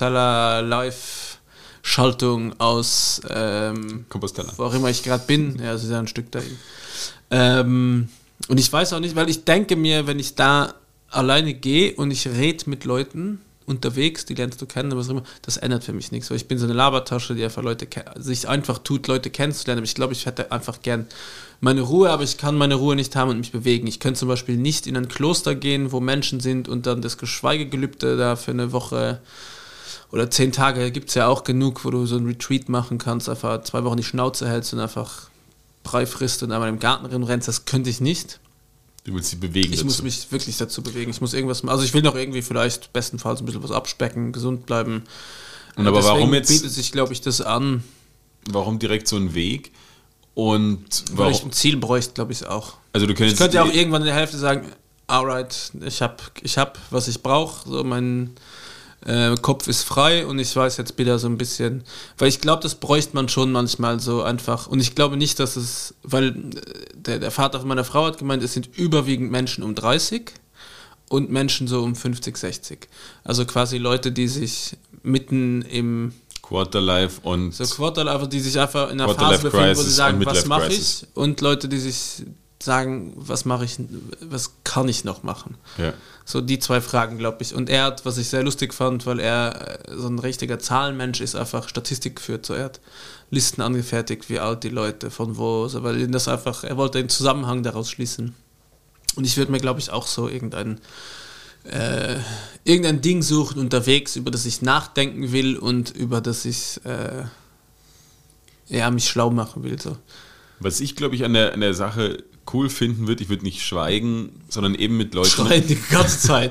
Compostela-Live-Schaltung aus ähm, Compostela, wo auch immer ich gerade bin, ja, es ist ja ein Stück dahin. Ähm, und ich weiß auch nicht, weil ich denke mir, wenn ich da alleine gehe und ich rede mit Leuten unterwegs, die lernst du kennen, was auch immer, das ändert für mich nichts, weil ich bin so eine Labertasche, die einfach Leute sich einfach tut, Leute kennenzulernen, aber ich glaube, ich hätte einfach gern meine Ruhe, aber ich kann meine Ruhe nicht haben und mich bewegen. Ich könnte zum Beispiel nicht in ein Kloster gehen, wo Menschen sind und dann das Schweigegelübde da für eine Woche oder zehn Tage, gibt es ja auch genug, wo du so ein Retreat machen kannst, einfach zwei Wochen die Schnauze hältst und einfach Brei frisst und einmal im Garten rennst, das könnte ich nicht. Du willst dich bewegen. Ich dazu. muss mich wirklich dazu bewegen. Ich muss irgendwas, also ich will noch irgendwie vielleicht bestenfalls ein bisschen was abspecken, gesund bleiben. Und aber Deswegen warum jetzt, bietet sich, glaube ich, das an. warum direkt so ein Weg? Und Weil ich warum, ein Ziel bräuchte, glaube ich, auch. also du Ich könntest könnte ja auch irgendwann in der Hälfte sagen, alright, ich habe, ich hab, was ich brauche, so mein äh, Kopf ist frei und ich weiß jetzt wieder so ein bisschen, weil ich glaube, das bräuchte man schon manchmal so einfach und ich glaube nicht, dass es, weil äh, der, der Vater von meiner Frau hat gemeint, es sind überwiegend Menschen um dreißig und Menschen so um fünfzig, sechzig. Also quasi Leute, die sich mitten im Quarterlife und so Quarterlife, die sich einfach in einer Quarterlife Phase befinden, wo sie Crisis sagen, und was Midlife mache ich? Crisis. Und Leute, die sich sagen, was mache ich, was kann ich noch machen? ja. So die zwei Fragen, glaube ich. Und er hat, was ich sehr lustig fand, weil er äh, so ein richtiger Zahlenmensch ist, einfach Statistik geführt. So, er hat Listen angefertigt, wie alt die Leute, von wo, so, weil ihn das einfach, er wollte den Zusammenhang daraus schließen. Und ich würde mir, glaube ich, auch so irgendein äh, irgendein Ding suchen unterwegs, über das ich nachdenken will und über das ich äh, ja, mich schlau machen will. So. Was ich, glaube ich, an der, an der Sache cool finden würde, ich würde nicht schweigen, sondern eben mit Leuten... Schreien die ganze Zeit.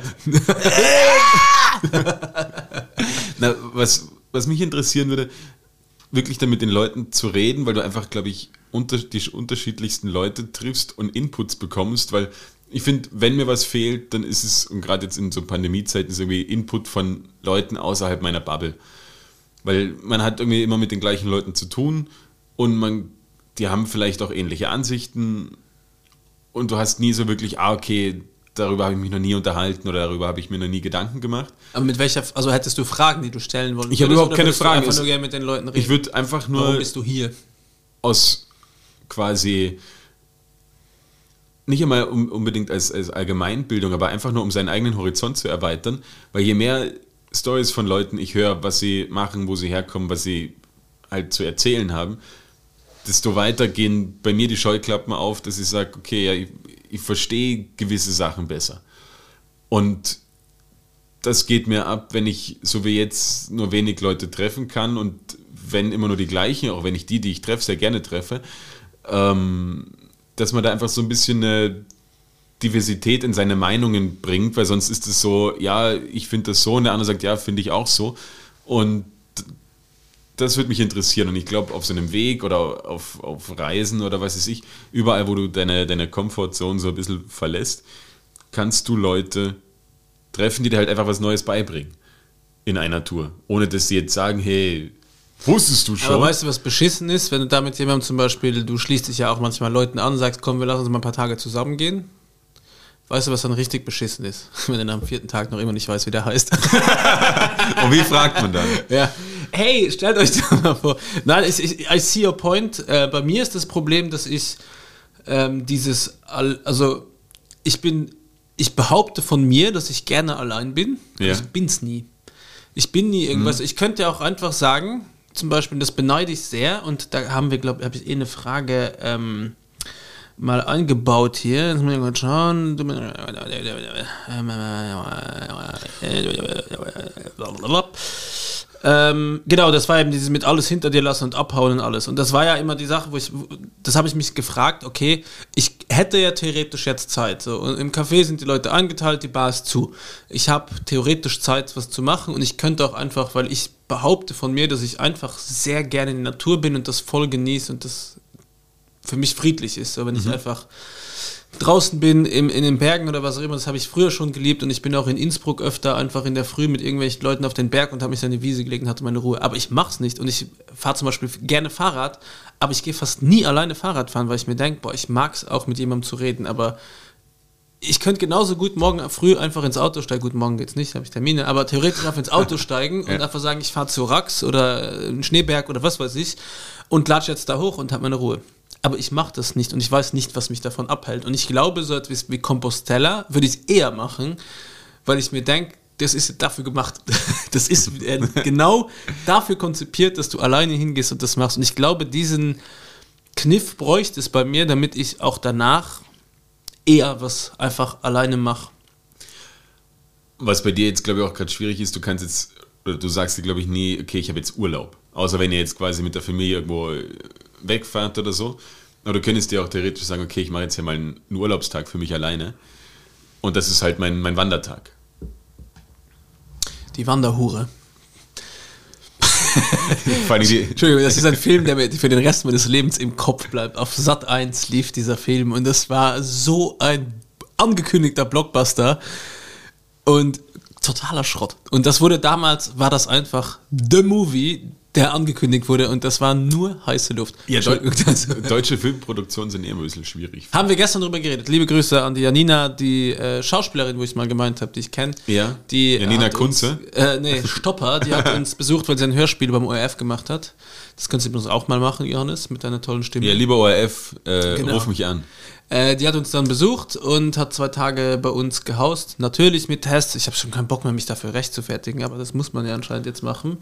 Na, was, was mich interessieren würde, wirklich dann mit den Leuten zu reden, weil du einfach, glaube ich, unter, die unterschiedlichsten Leute triffst und Inputs bekommst, weil ich finde, wenn mir was fehlt, dann ist es, und gerade jetzt in so Pandemiezeiten, ist irgendwie Input von Leuten außerhalb meiner Bubble. Weil man hat irgendwie immer mit den gleichen Leuten zu tun und man, die haben vielleicht auch ähnliche Ansichten und du hast nie so wirklich, ah, okay, darüber habe ich mich noch nie unterhalten oder darüber habe ich mir noch nie Gedanken gemacht. Aber mit welcher, also hättest du Fragen, die du stellen wolltest? Ich habe überhaupt oder keine würdest du Fragen. einfach Es- nur gerne mit den Leuten reden. Ich würde einfach nur Warum bist du hier? aus quasi, nicht einmal um, unbedingt als, als Allgemeinbildung, aber einfach nur um seinen eigenen Horizont zu erweitern, weil je mehr Stories von Leuten ich höre, was sie machen, wo sie herkommen, was sie halt zu erzählen haben, desto weiter gehen bei mir die Scheuklappen auf, dass ich sage, okay, ja, ich, ich verstehe gewisse Sachen besser. Und das geht mir ab, wenn ich, so wie jetzt, nur wenig Leute treffen kann und wenn immer nur die gleichen, auch wenn ich die, die ich treffe, sehr gerne treffe, ähm, dass man da einfach so ein bisschen eine Diversität in seine Meinungen bringt, weil sonst ist es so, ja, ich finde das so und der andere sagt, ja, finde ich auch so. Und das würde mich interessieren und ich glaube, auf so einem Weg oder auf, auf Reisen oder was weiß ich, überall, wo du deine, deine Comfortzone so ein bisschen verlässt, kannst du Leute treffen, die dir halt einfach was Neues beibringen in einer Tour. Ohne dass sie jetzt sagen, hey, wusstest du schon? Aber weißt du, was beschissen ist, wenn du da mit jemandem zum Beispiel, du schließt dich ja auch manchmal Leuten an und sagst, komm, wir lassen uns mal ein paar Tage zusammen gehen. Weißt du, was dann richtig beschissen ist? Wenn er am vierten Tag noch immer nicht weiß, wie der heißt. Und wie fragt man dann? Ja. Hey, stellt euch das mal vor. Nein, ich, ich, I see your point. Äh, bei mir ist das Problem, dass ich ähm, dieses, All- also ich bin, ich behaupte von mir, dass ich gerne allein bin. Ja. Ich bin's nie. Ich bin nie irgendwas. Ich könnte ja auch einfach sagen, zum Beispiel, das beneide ich sehr und da haben wir, glaube ich, habe ich eh eine Frage ähm, mal eingebaut hier. Jetzt muss ich mal schauen. Ähm, genau, das war eben dieses mit alles hinter dir lassen und abhauen und alles. Und das war ja immer die Sache, wo ich, das habe ich mich gefragt, okay, ich hätte ja theoretisch jetzt Zeit. So. Und im Café sind die Leute eingeteilt, die Bar ist zu. Ich habe theoretisch Zeit, was zu machen und ich könnte auch einfach, weil ich behaupte von mir, dass ich einfach sehr gerne in der Natur bin und das voll genieße und das für mich friedlich ist. So, wenn ich einfach draußen bin, im, in den Bergen oder was auch immer, das habe ich früher schon geliebt und ich bin auch in Innsbruck öfter einfach in der Früh mit irgendwelchen Leuten auf den Berg und habe mich dann in die Wiese gelegt und hatte meine Ruhe. Aber ich mache es nicht und ich fahre zum Beispiel gerne Fahrrad, aber ich gehe fast nie alleine Fahrrad fahren, weil ich mir denke, boah, ich mag es auch mit jemandem zu reden, aber ich könnte genauso gut morgen früh einfach ins Auto steigen, gut, morgen geht's nicht, habe ich Termine, aber theoretisch einfach ins Auto steigen und einfach sagen, ich fahre zu Rax oder einen Schneeberg oder was weiß ich und latsche jetzt da hoch und habe meine Ruhe. Aber ich mache das nicht und ich weiß nicht, was mich davon abhält. Und ich glaube, so etwas wie Compostela würde ich eher machen, weil ich mir denke, das ist dafür gemacht. Das ist äh, genau dafür konzipiert, dass du alleine hingehst und das machst. Und ich glaube, diesen Kniff bräuchte es bei mir, damit ich auch danach eher was einfach alleine mache. Was bei dir jetzt, glaube ich, auch gerade schwierig ist, du kannst jetzt, oder du sagst dir, glaube ich, nie, okay, ich habe jetzt Urlaub. Außer wenn ihr jetzt quasi mit der Familie irgendwo wegfahrt oder so. Aber du könntest dir auch theoretisch sagen, okay, ich mache jetzt hier mal einen Urlaubstag für mich alleine. Und das ist halt mein, mein Wandertag. Die Wanderhure. Vor allem die, Entschuldigung, das ist ein Film, der mir für den Rest meines Lebens im Kopf bleibt. Auf Sat eins lief dieser Film und das war so ein angekündigter Blockbuster und totaler Schrott. Und das wurde damals, war das einfach the movie, der angekündigt wurde und das war nur heiße Luft. ja, Deu- deutsche Filmproduktionen sind eher ein bisschen schwierig. Haben wir gestern drüber geredet. Liebe Grüße an die Janina, die äh, Schauspielerin, wo ich mal gemeint habe, die ich kenne. Ja, die Janina hat Kunze. Uns, äh, nee, Stopper, die hat uns besucht, weil sie ein Hörspiel beim O R F gemacht hat. Das kannst du übrigens auch mal machen, Johannes, mit deiner tollen Stimme. Ja, lieber O R F, äh, Genau. ruf mich an. Äh, die hat uns dann besucht und hat zwei Tage bei uns gehaust. Natürlich mit Tests. Ich habe schon keinen Bock mehr, mich dafür rechtfertigen, aber das muss man ja anscheinend jetzt machen.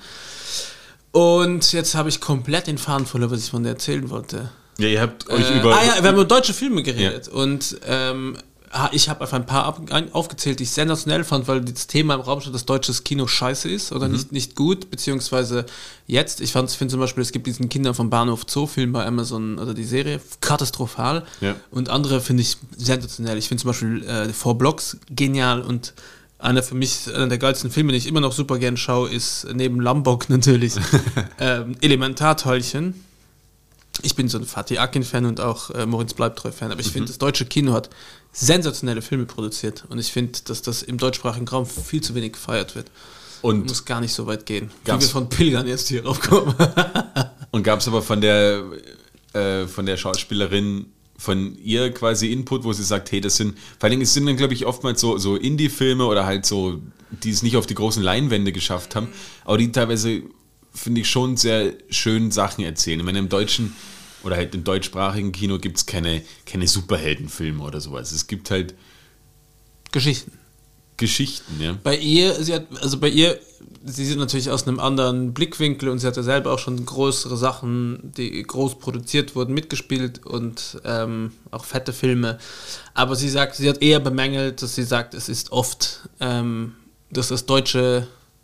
Und jetzt habe ich komplett den Faden verloren, was ich von der erzählen wollte. Ja, ihr habt euch Äh, über... ah ja, wir haben über deutsche Filme geredet. Ja. Und ähm, ich habe einfach ein paar ab, ein, aufgezählt, die ich sensationell fand, weil das Thema im Raum stand, dass deutsches Kino scheiße ist oder mhm. nicht, nicht gut, beziehungsweise jetzt. Ich, ich finde zum Beispiel, es gibt diesen Kinder vom Bahnhof Zoo-Film bei Amazon oder die Serie, katastrophal. Ja. Und andere finde ich sensationell. Ich finde zum Beispiel äh, Four Blocks genial und einer für mich, einer der geilsten Filme, den ich immer noch super gern schaue, ist neben Lombok natürlich ähm, Elementarteilchen. Ich bin so ein Fatih Akin-Fan und auch äh, Moritz Bleibtreu-Fan, aber ich mhm. finde, das deutsche Kino hat sensationelle Filme produziert und ich finde, dass das im deutschsprachigen Raum viel zu wenig gefeiert wird. Und muss gar nicht so weit gehen. Wie wir von Pilgern jetzt hier raufkommen. Und gab es aber von der, äh, von der Schauspielerin von ihr quasi Input, wo sie sagt, hey, das sind, vor allem es sind dann, glaube ich, oftmals so, so Indie-Filme oder halt so, die es nicht auf die großen Leinwände geschafft haben, aber die teilweise, finde ich, schon sehr schön Sachen erzählen. Ich meine, im deutschen oder halt im deutschsprachigen Kino gibt es keine, keine Superheldenfilme oder sowas. Es gibt halt Geschichten. Geschichten, ja. Bei ihr, sie hat, also bei ihr, sie sieht natürlich aus einem anderen Blickwinkel und sie hat ja selber auch schon größere Sachen, die groß produziert wurden, mitgespielt und ähm, auch fette Filme. Aber sie sagt, sie hat eher bemängelt, dass sie sagt, es ist oft, ähm, dass das deutsche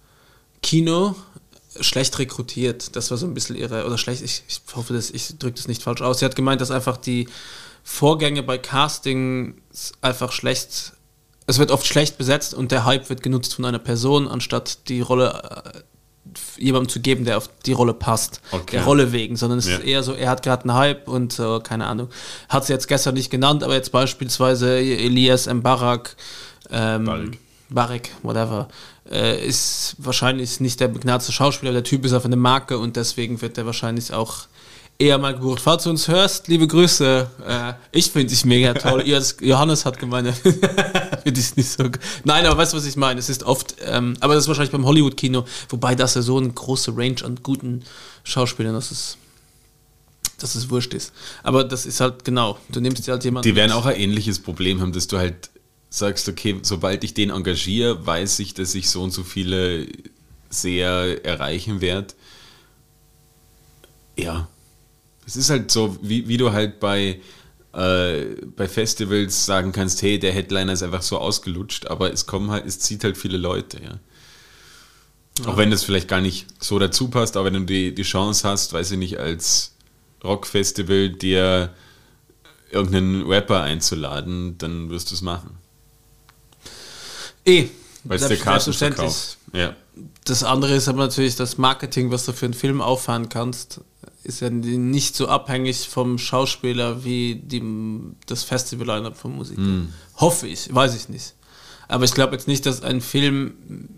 Kino schlecht rekrutiert. Das war so ein bisschen ihre, oder schlecht, ich, ich hoffe, dass ich drücke das nicht falsch aus. Sie hat gemeint, dass einfach die Vorgänge bei Castings einfach schlecht, es wird oft schlecht besetzt und der Hype wird genutzt von einer Person, anstatt die Rolle äh, jemandem zu geben, der auf die Rolle passt. Okay. Der Rolle wegen, sondern es ja. ist eher so, er hat gerade einen Hype und äh, keine Ahnung. Hat sie jetzt gestern nicht genannt, aber jetzt beispielsweise Elias Mbarak, ähm, Barik. Barik, whatever, äh, ist wahrscheinlich nicht der begnadete Schauspieler, der Typ ist auf eine Marke und deswegen wird er wahrscheinlich auch eher mal gebucht. Falls du uns hörst, liebe Grüße. Äh, ich finde dich mega toll. Johannes hat gemeint, finde ich nicht so gut. Nein, aber weißt du, was ich meine? Es ist oft, ähm, aber das ist wahrscheinlich beim Hollywood-Kino, wobei das ja so eine große Range an guten Schauspielern, das ist, dass es wurscht ist. Aber das ist halt, genau, du nimmst dir halt jemanden. Die werden auch ein ähnliches Problem haben, dass du halt sagst, okay, sobald ich den engagiere, weiß ich, dass ich so und so viele sehr erreichen werde. Ja. Es ist halt so, wie, wie du halt bei, äh, bei Festivals sagen kannst, hey, der Headliner ist einfach so ausgelutscht, aber es kommen halt, es zieht halt viele Leute, ja. Ja. Auch wenn das vielleicht gar nicht so dazu passt, aber wenn du die, die Chance hast, weiß ich nicht, als Rockfestival dir irgendeinen Rapper einzuladen, dann wirst du es machen. Eh. Weil es der Karten verkauft. Ja. Das andere ist aber natürlich das Marketing, was du für einen Film auffahren kannst, ist ja nicht so abhängig vom Schauspieler wie die, das Festival-Line-Up von Musik. Mm. Hoffe ich, weiß ich nicht. Aber ich glaube jetzt nicht, dass ein Film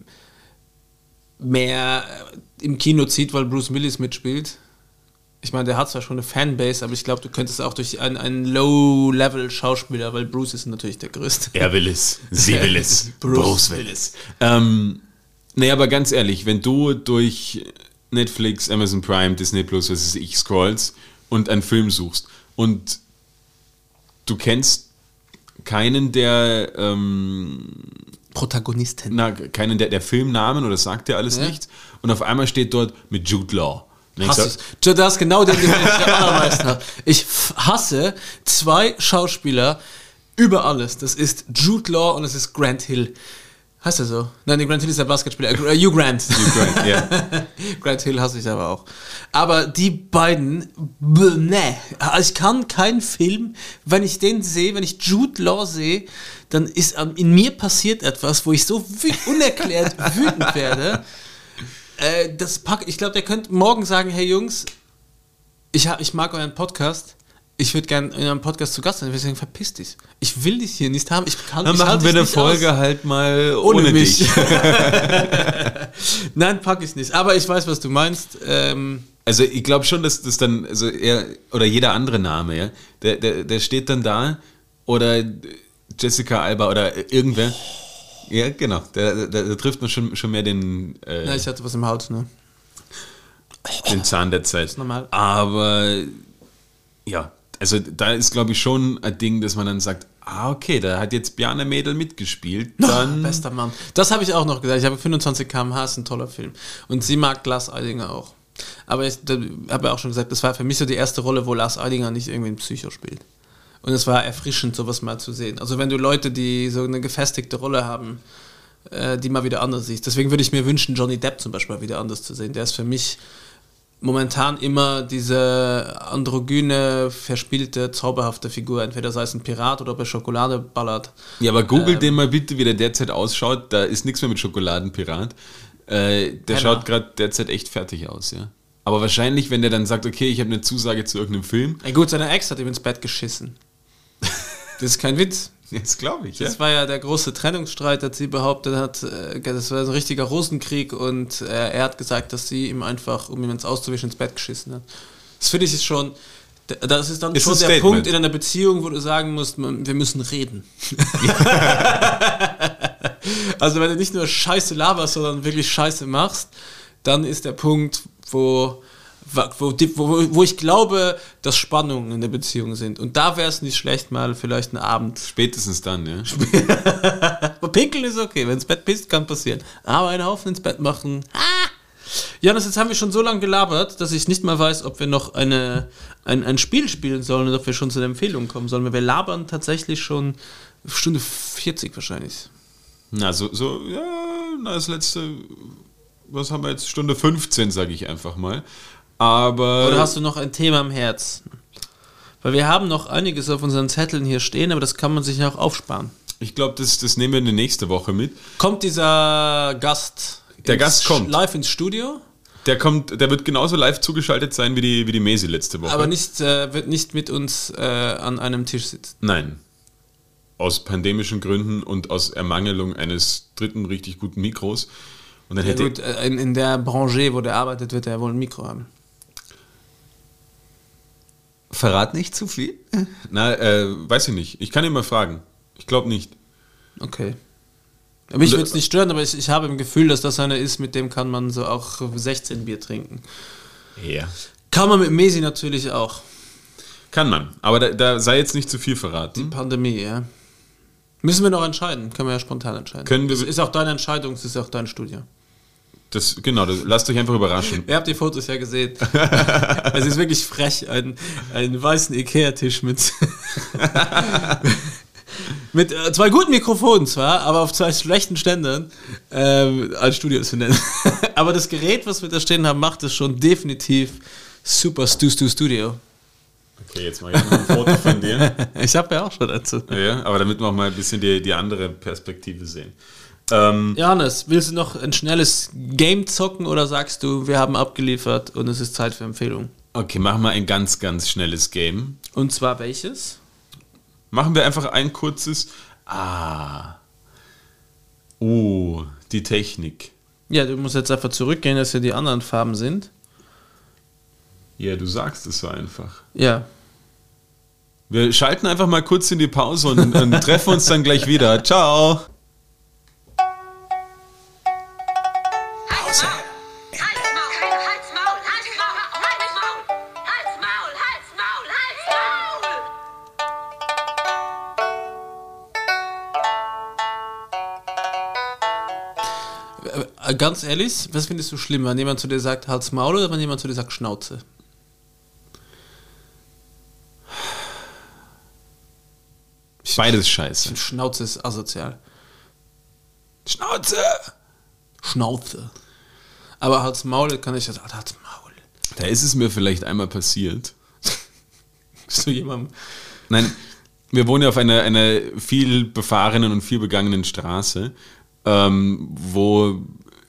mehr im Kino zieht, weil Bruce Willis mitspielt. Ich meine, der hat zwar schon eine Fanbase, aber ich glaube, du könntest auch durch einen, einen Low-Level-Schauspieler, weil Bruce ist natürlich der Größte. Er will es, sie will es, Bruce, Bruce will es. Ähm, nee, aber ganz ehrlich, wenn du durch Netflix, Amazon Prime, Disney Plus, was weiß ich, scrollst und einen Film suchst und du kennst keinen der ähm, Protagonisten. Na, keinen der, der Filmnamen oder sagt dir alles ja. nichts und auf einmal steht dort mit Jude Law. Hasse ich. Das ist genau den, den ich am allermeisten habe. Ich hasse zwei Schauspieler über alles. Das ist Jude Law und das ist Grant Hill. Heißt er so? Nein, Grant Hill ist der Basketspieler. Äh, Hugh Grant. Hugh Grant, ja. Grant Hill hasse ich aber auch. Aber die beiden, ne. Ich kann keinen Film, wenn ich den sehe, wenn ich Jude Law sehe, dann ist in mir passiert etwas, wo ich so unerklärt wütend werde. Äh, das pack, ich glaube, der könnte morgen sagen, hey Jungs, ich, hab, ich mag euren Podcast. Ich würde gerne in einem Podcast zu Gast sein. Ich würde sagen, verpiss dich. Ich will dich hier nicht haben. Ich kann Dann ich machen halte wir dich eine nicht Folge aus. halt mal ohne, ohne mich. dich. Nein, pack ich nicht. Aber ich weiß, was du meinst. Ähm, Also ich glaube schon, dass das dann, also er, oder jeder andere Name, ja, der, der, der steht dann da, oder Jessica Alba oder irgendwer. Ja, genau. Da, da, da trifft man schon, schon mehr den, äh, na, ich hatte was im Hals, ne? den Zahn der Zeit. normal. Aber ja, also da ist, glaube ich, schon ein Ding, dass man dann sagt, ah, okay, da hat jetzt Bjarne Mädel mitgespielt. Dann Bester Mann. Das habe ich auch noch gesagt. Ich habe fünfundzwanzig Kilometer pro Stunde, ist ein toller Film. Und sie mag Lars Eidinger auch. Aber ich habe ja auch schon gesagt, das war für mich so die erste Rolle, wo Lars Eidinger nicht irgendwie ein Psycho spielt. Und es war erfrischend, sowas mal zu sehen. Also wenn du Leute, die so eine gefestigte Rolle haben, äh, die mal wieder anders siehst. Deswegen würde ich mir wünschen, Johnny Depp zum Beispiel mal wieder anders zu sehen. Der ist für mich momentan immer diese androgyne, verspielte, zauberhafte Figur. Entweder sei es ein Pirat oder bei Schokolade ballert. Ja, aber google Ähm. den mal bitte, wie der derzeit ausschaut. Da ist nichts mehr mit Schokoladenpirat. Äh, der Penner. schaut gerade derzeit echt fertig aus, ja. Aber wahrscheinlich, wenn der dann sagt, okay, ich habe eine Zusage zu irgendeinem Film. Ja, gut, seine Ex hat ihm ins Bett geschissen. Das ist kein Witz. Das glaube ich, ja. Das war ja der große Trennungsstreit, als sie behauptet hat, äh, das war ein richtiger Rosenkrieg und äh, er hat gesagt, dass sie ihm einfach, um ihm ins auszuwischen, ins Bett geschissen hat. Das finde ich ist schon, das ist dann Ist schon ein der Statement. Punkt in einer Beziehung, wo du sagen musst, man- wir müssen reden. Also wenn du nicht nur Scheiße laberst, sondern wirklich Scheiße machst, dann ist der Punkt, wo, wo, wo, wo ich glaube, dass Spannungen in der Beziehung sind. Und da wäre es nicht schlecht, mal vielleicht einen Abend. Spätestens dann, ja. Aber pinkeln ist okay, wenn ins Bett pisst, kann passieren. Aber einen Haufen ins Bett machen. Ah! Jonas, jetzt haben wir schon so lange gelabert, dass ich nicht mal weiß, ob wir noch eine, ein, ein Spiel spielen sollen oder ob wir schon zu der Empfehlung kommen sollen. Weil wir labern tatsächlich schon Stunde vierzig wahrscheinlich. Na, so, so, ja, na, das letzte, was haben wir jetzt? Stunde fünfzehn, sage ich einfach mal. Aber. Oder hast du noch ein Thema am Herzen? Weil wir haben noch einiges auf unseren Zetteln hier stehen, aber das kann man sich ja auch aufsparen. Ich glaube, das, das nehmen wir in die nächste Woche mit. Kommt dieser Gast Der ins Gast kommt. live ins Studio, Der kommt, der wird genauso live zugeschaltet sein wie die, wie die Mesi letzte Woche. aber nicht, äh, wird nicht mit uns äh, an einem Tisch sitzen. Nein. Aus pandemischen Gründen und aus Ermangelung eines dritten richtig guten Mikros. Und dann Ja, hätte gut, äh, in, in der Branche, wo der arbeitet, wird er wohl ein Mikro haben. Verrat nicht zu viel? Na, äh, weiß ich nicht. Ich kann ihn mal fragen. Ich glaube nicht. Okay. Aber mich würde es nicht stören, aber ich, ich habe im Gefühl, dass das einer ist, mit dem kann man so auch sechzehn Bier trinken. Ja. Kann man mit Mesi natürlich auch. Kann man. Aber da, da sei jetzt nicht zu viel verraten. Pandemie, ja. Müssen wir noch entscheiden. Können wir ja spontan entscheiden. Können wir- Es ist auch deine Entscheidung, es ist auch dein Studio. Das, genau, das, lasst euch einfach überraschen. Ihr habt die Fotos ja gesehen. Es ist wirklich frech, ein, einen weißen Ikea-Tisch mit, mit äh, zwei guten Mikrofonen zwar, aber auf zwei schlechten Ständern ähm, ein Studio zu nennen. Aber das Gerät, was wir da stehen haben, macht es schon definitiv super Stu Stu Studio. Okay, jetzt mache ich noch ein Foto von dir. Ich habe ja auch schon dazu. Ja, aber damit wir auch mal ein bisschen die, die andere Perspektive sehen. Ähm, Johannes, willst du noch ein schnelles Game zocken oder sagst du, wir haben abgeliefert und es ist Zeit für Empfehlungen? okay, machen wir ein ganz, ganz schnelles Game. Und zwar welches? Machen wir einfach ein kurzes. Ah. Oh, die Technik. Ja, du musst jetzt einfach zurückgehen, dass hier die anderen Farben sind. Ja, du sagst es so einfach. Ja. Wir schalten einfach mal kurz in die Pause und, und treffen uns dann gleich wieder. Ciao. Pause. Hals, Maul, Hals, Maul, Hals, Maul, Hals, Maul, Hals, Maul, Hals, Maul, Hals, Maul. Äh, Ganz ehrlich, was findest du schlimmer, wenn jemand zu dir sagt Hals, Maul oder wenn jemand zu dir sagt Schnauze? Beides scheiße. Schnauze ist asozial. Schnauze! Schnauze. Aber Hals, Maul kann ich sagen, Hals, Maul. Da ist es mir vielleicht einmal passiert. Bist du jemandem... Nein, wir wohnen ja auf einer, einer viel befahrenen und viel begangenen Straße, ähm, wo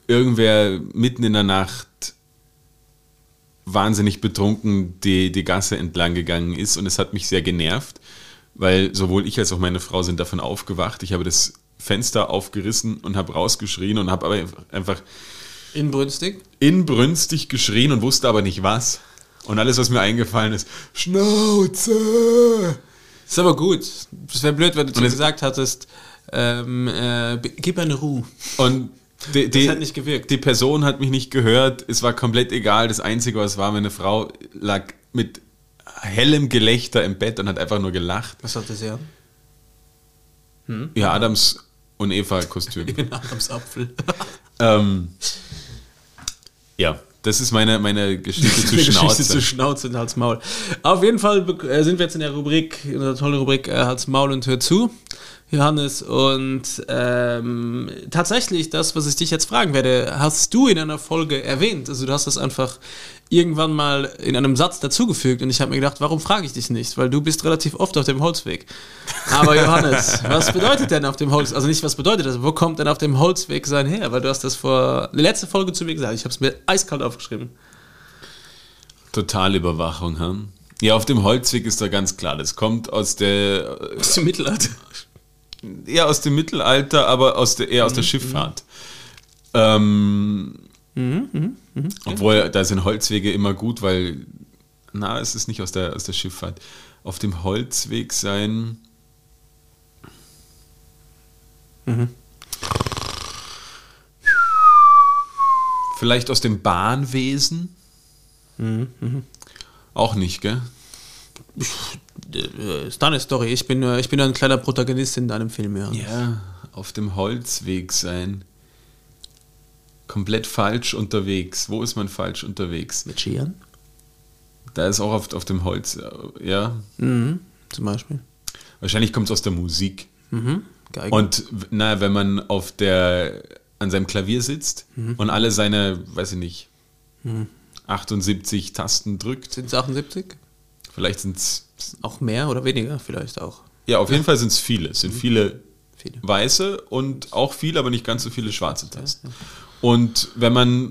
irgendwer mitten in der Nacht wahnsinnig betrunken die, die Gasse entlang gegangen ist und es hat mich sehr genervt, weil sowohl ich als auch meine Frau sind davon aufgewacht. Ich habe das Fenster aufgerissen und habe rausgeschrien und habe aber einfach Inbrünstig? inbrünstig geschrien und wusste aber nicht was. Und alles, was mir eingefallen ist, Schnauze! Ist aber gut. Es wäre blöd, wenn du zu Und mir es- gesagt hattest, ähm, äh, b- gib mir eine Ruhe. Und die, die, Das hat nicht gewirkt. die Person hat mich nicht gehört, es war komplett egal. Das Einzige, was war, meine Frau lag mit hellem Gelächter im Bett und hat einfach nur gelacht. Was hatte sie an? Ja, Adams und Eva-Kostüm. In Adams Apfel. ähm, ja, das ist meine, meine Geschichte zu Eine Geschichte Schnauze. zu Schnauze und Hals Maul. Auf jeden Fall bek- äh, sind wir jetzt in der Rubrik, in der tollen Rubrik äh, Hals Maul und Hör zu, Johannes. Und ähm, tatsächlich, das, was ich dich jetzt fragen werde, hast du in einer Folge erwähnt. Also du hast das einfach irgendwann mal in einem Satz dazugefügt und ich habe mir gedacht, warum frage ich dich nicht? Weil du bist relativ oft auf dem Holzweg. Aber Johannes, was bedeutet denn auf dem Holzweg? Also nicht, was bedeutet das? Wo kommt denn auf dem Holzweg sein her? Weil du hast das vor der letzte Folge zu mir gesagt. Ich habe es mir eiskalt aufgeschrieben. Totalüberwachung, hm? Ja, auf dem Holzweg ist da ganz klar. Das kommt aus der Aus dem Mittelalter. eher aus dem Mittelalter, aber aus der, eher aus der Schifffahrt. Ähm, obwohl, da sind Holzwege immer gut, weil, na, es ist nicht aus der, aus der Schifffahrt. Auf dem Holzweg sein. Vielleicht aus dem Bahnwesen? Auch nicht, gell? Äh, ist deine Story. Ich bin, äh, ich bin ein kleiner Protagonist in deinem Film, ja. Ja, auf dem Holzweg sein. Komplett falsch unterwegs. Wo ist man falsch unterwegs? Mit Skiern? Da ist auch auf, auf dem Holz, äh, ja. Mhm, zum Beispiel. Wahrscheinlich kommt es aus der Musik. Mhm, Geige. Und na, wenn man auf der an seinem Klavier sitzt und alle seine, weiß ich nicht, achtundsiebzig Tasten drückt, Sind es achtundsiebzig? vielleicht sind es, Auch mehr oder weniger vielleicht auch. ja, auf jeden Fall sind es viele. Es sind viele Viele. weiße und auch viele, aber nicht ganz so viele schwarze Tasten. Und wenn man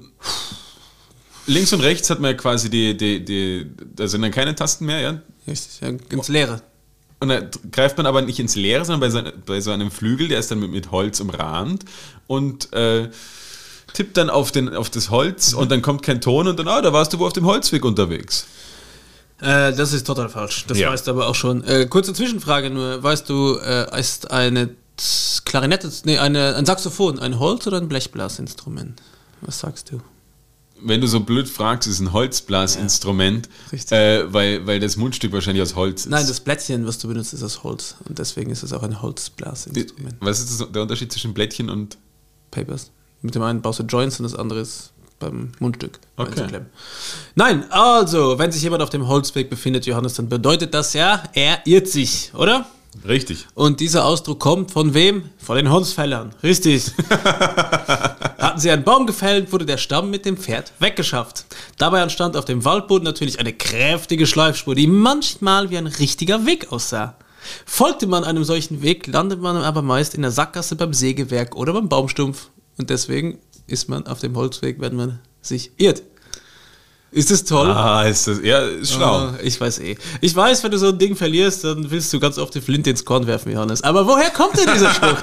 links und rechts hat man ja quasi die, die, die, da sind dann keine Tasten mehr, ja. Richtig, ja, ins Leere. Und da greift man aber nicht ins Leere, sondern bei, seine, bei so einem Flügel, der ist dann mit, mit Holz umrahmt und äh, tippt dann auf, den, auf das Holz und dann kommt kein Ton und dann, ah, da warst du wohl auf dem Holzweg unterwegs. Äh, das ist total falsch. Das Ja. weißt du aber auch schon. Äh, kurze Zwischenfrage nur. Weißt du, äh, ist eine Z- Klarinette, nee, eine, ein Saxophon ein Holz- oder ein Blechblasinstrument? Was sagst du? Wenn du so blöd fragst, ist es ein Holzblasinstrument, Richtig. äh, weil, weil das Mundstück wahrscheinlich aus Holz ist. Nein, das Blättchen, was du benutzt, ist aus Holz. Und deswegen ist es auch ein Holzblasinstrument. Was ist das, der Unterschied zwischen Blättchen und... Papers. Mit dem einen baust du Joints und das andere ist beim Mundstück. Okay. einzuklemmen. Nein, also, wenn sich jemand auf dem Holzweg befindet, Johannes, dann bedeutet das ja, er irrt sich, oder? Richtig. Und dieser Ausdruck kommt von wem? Von den Holzfällern. Richtig. Hatten sie einen Baum gefällt, wurde der Stamm mit dem Pferd weggeschafft. Dabei entstand auf dem Waldboden natürlich eine kräftige Schleifspur, die manchmal wie ein richtiger Weg aussah. Folgte man einem solchen Weg, landet man aber meist in der Sackgasse beim Sägewerk oder beim Baumstumpf. Und deswegen ist man auf dem Holzweg, wenn man sich irrt. Ist das toll? Ah, ist das... Ja, ist schlau. Ah, ich weiß eh. Ich weiß, wenn du so ein Ding verlierst, dann willst du ganz oft die Flinte ins Korn werfen, Johannes. Aber woher kommt denn dieser Spruch?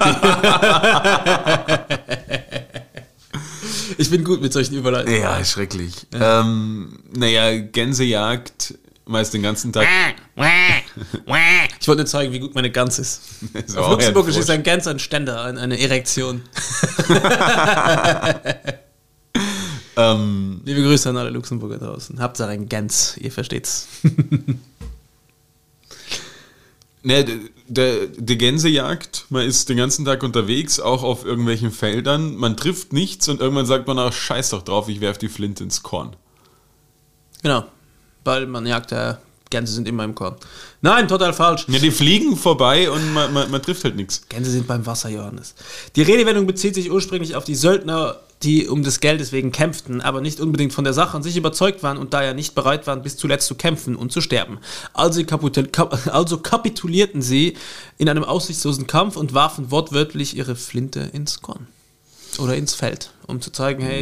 Ich bin gut mit solchen Überleitungen. Ja, schrecklich. Ähm, naja, Gänsejagd, meist den ganzen Tag. Ich wollte nur zeigen, wie gut meine Gans ist. Ist Auf auch Luxemburgisch ein ist ein Gans ein Ständer, ein- eine Erektion. Ähm, Liebe Grüße an alle Luxemburger draußen. Hauptsache ein Gans, ihr versteht's. ne, der, der, die Gänsejagd, man ist den ganzen Tag unterwegs, auch auf irgendwelchen Feldern, man trifft nichts und irgendwann sagt man, ach, scheiß doch drauf, ich werf die Flinte ins Korn. Genau, weil man jagt, ja, Gänse sind immer im Korn. Nein, total falsch. Ja, die fliegen vorbei und man, man, man trifft halt nichts. Gänse sind beim Wasser, Johannes. Die Redewendung bezieht sich ursprünglich auf die Söldner, die um des Geldes wegen kämpften, aber nicht unbedingt von der Sache an sich überzeugt waren und daher nicht bereit waren, bis zuletzt zu kämpfen und zu sterben. Also, kapitul- kap- also kapitulierten sie in einem aussichtslosen Kampf und warfen wortwörtlich ihre Flinte ins Korn. Oder ins Feld, um zu zeigen, hey,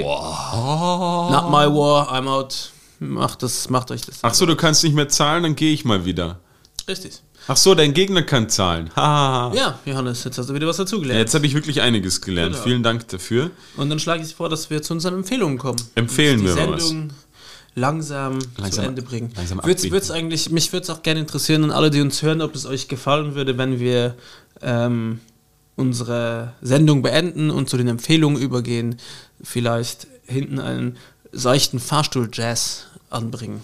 not my war, I'm out. Macht, das, macht euch das. Ach so, du kannst nicht mehr zahlen, dann gehe ich mal wieder. Richtig. Ach so, dein Gegner kann zahlen. Ha. Ja, Johannes, jetzt hast du wieder was dazugelernt. Ja, jetzt habe ich wirklich einiges gelernt. Genau. Vielen Dank dafür. Und dann schlage ich vor, dass wir zu unseren Empfehlungen kommen. Empfehlen und die wir mal was. Sendung langsam, Langsam- zu Ende bringen. langsam Wird's, abbiegen. wird's eigentlich, mich würde es auch gerne interessieren und alle, die uns hören, ob es euch gefallen würde, wenn wir ähm, unsere Sendung beenden und zu den Empfehlungen übergehen, vielleicht hinten einen seichten Fahrstuhl-Jazz anbringen.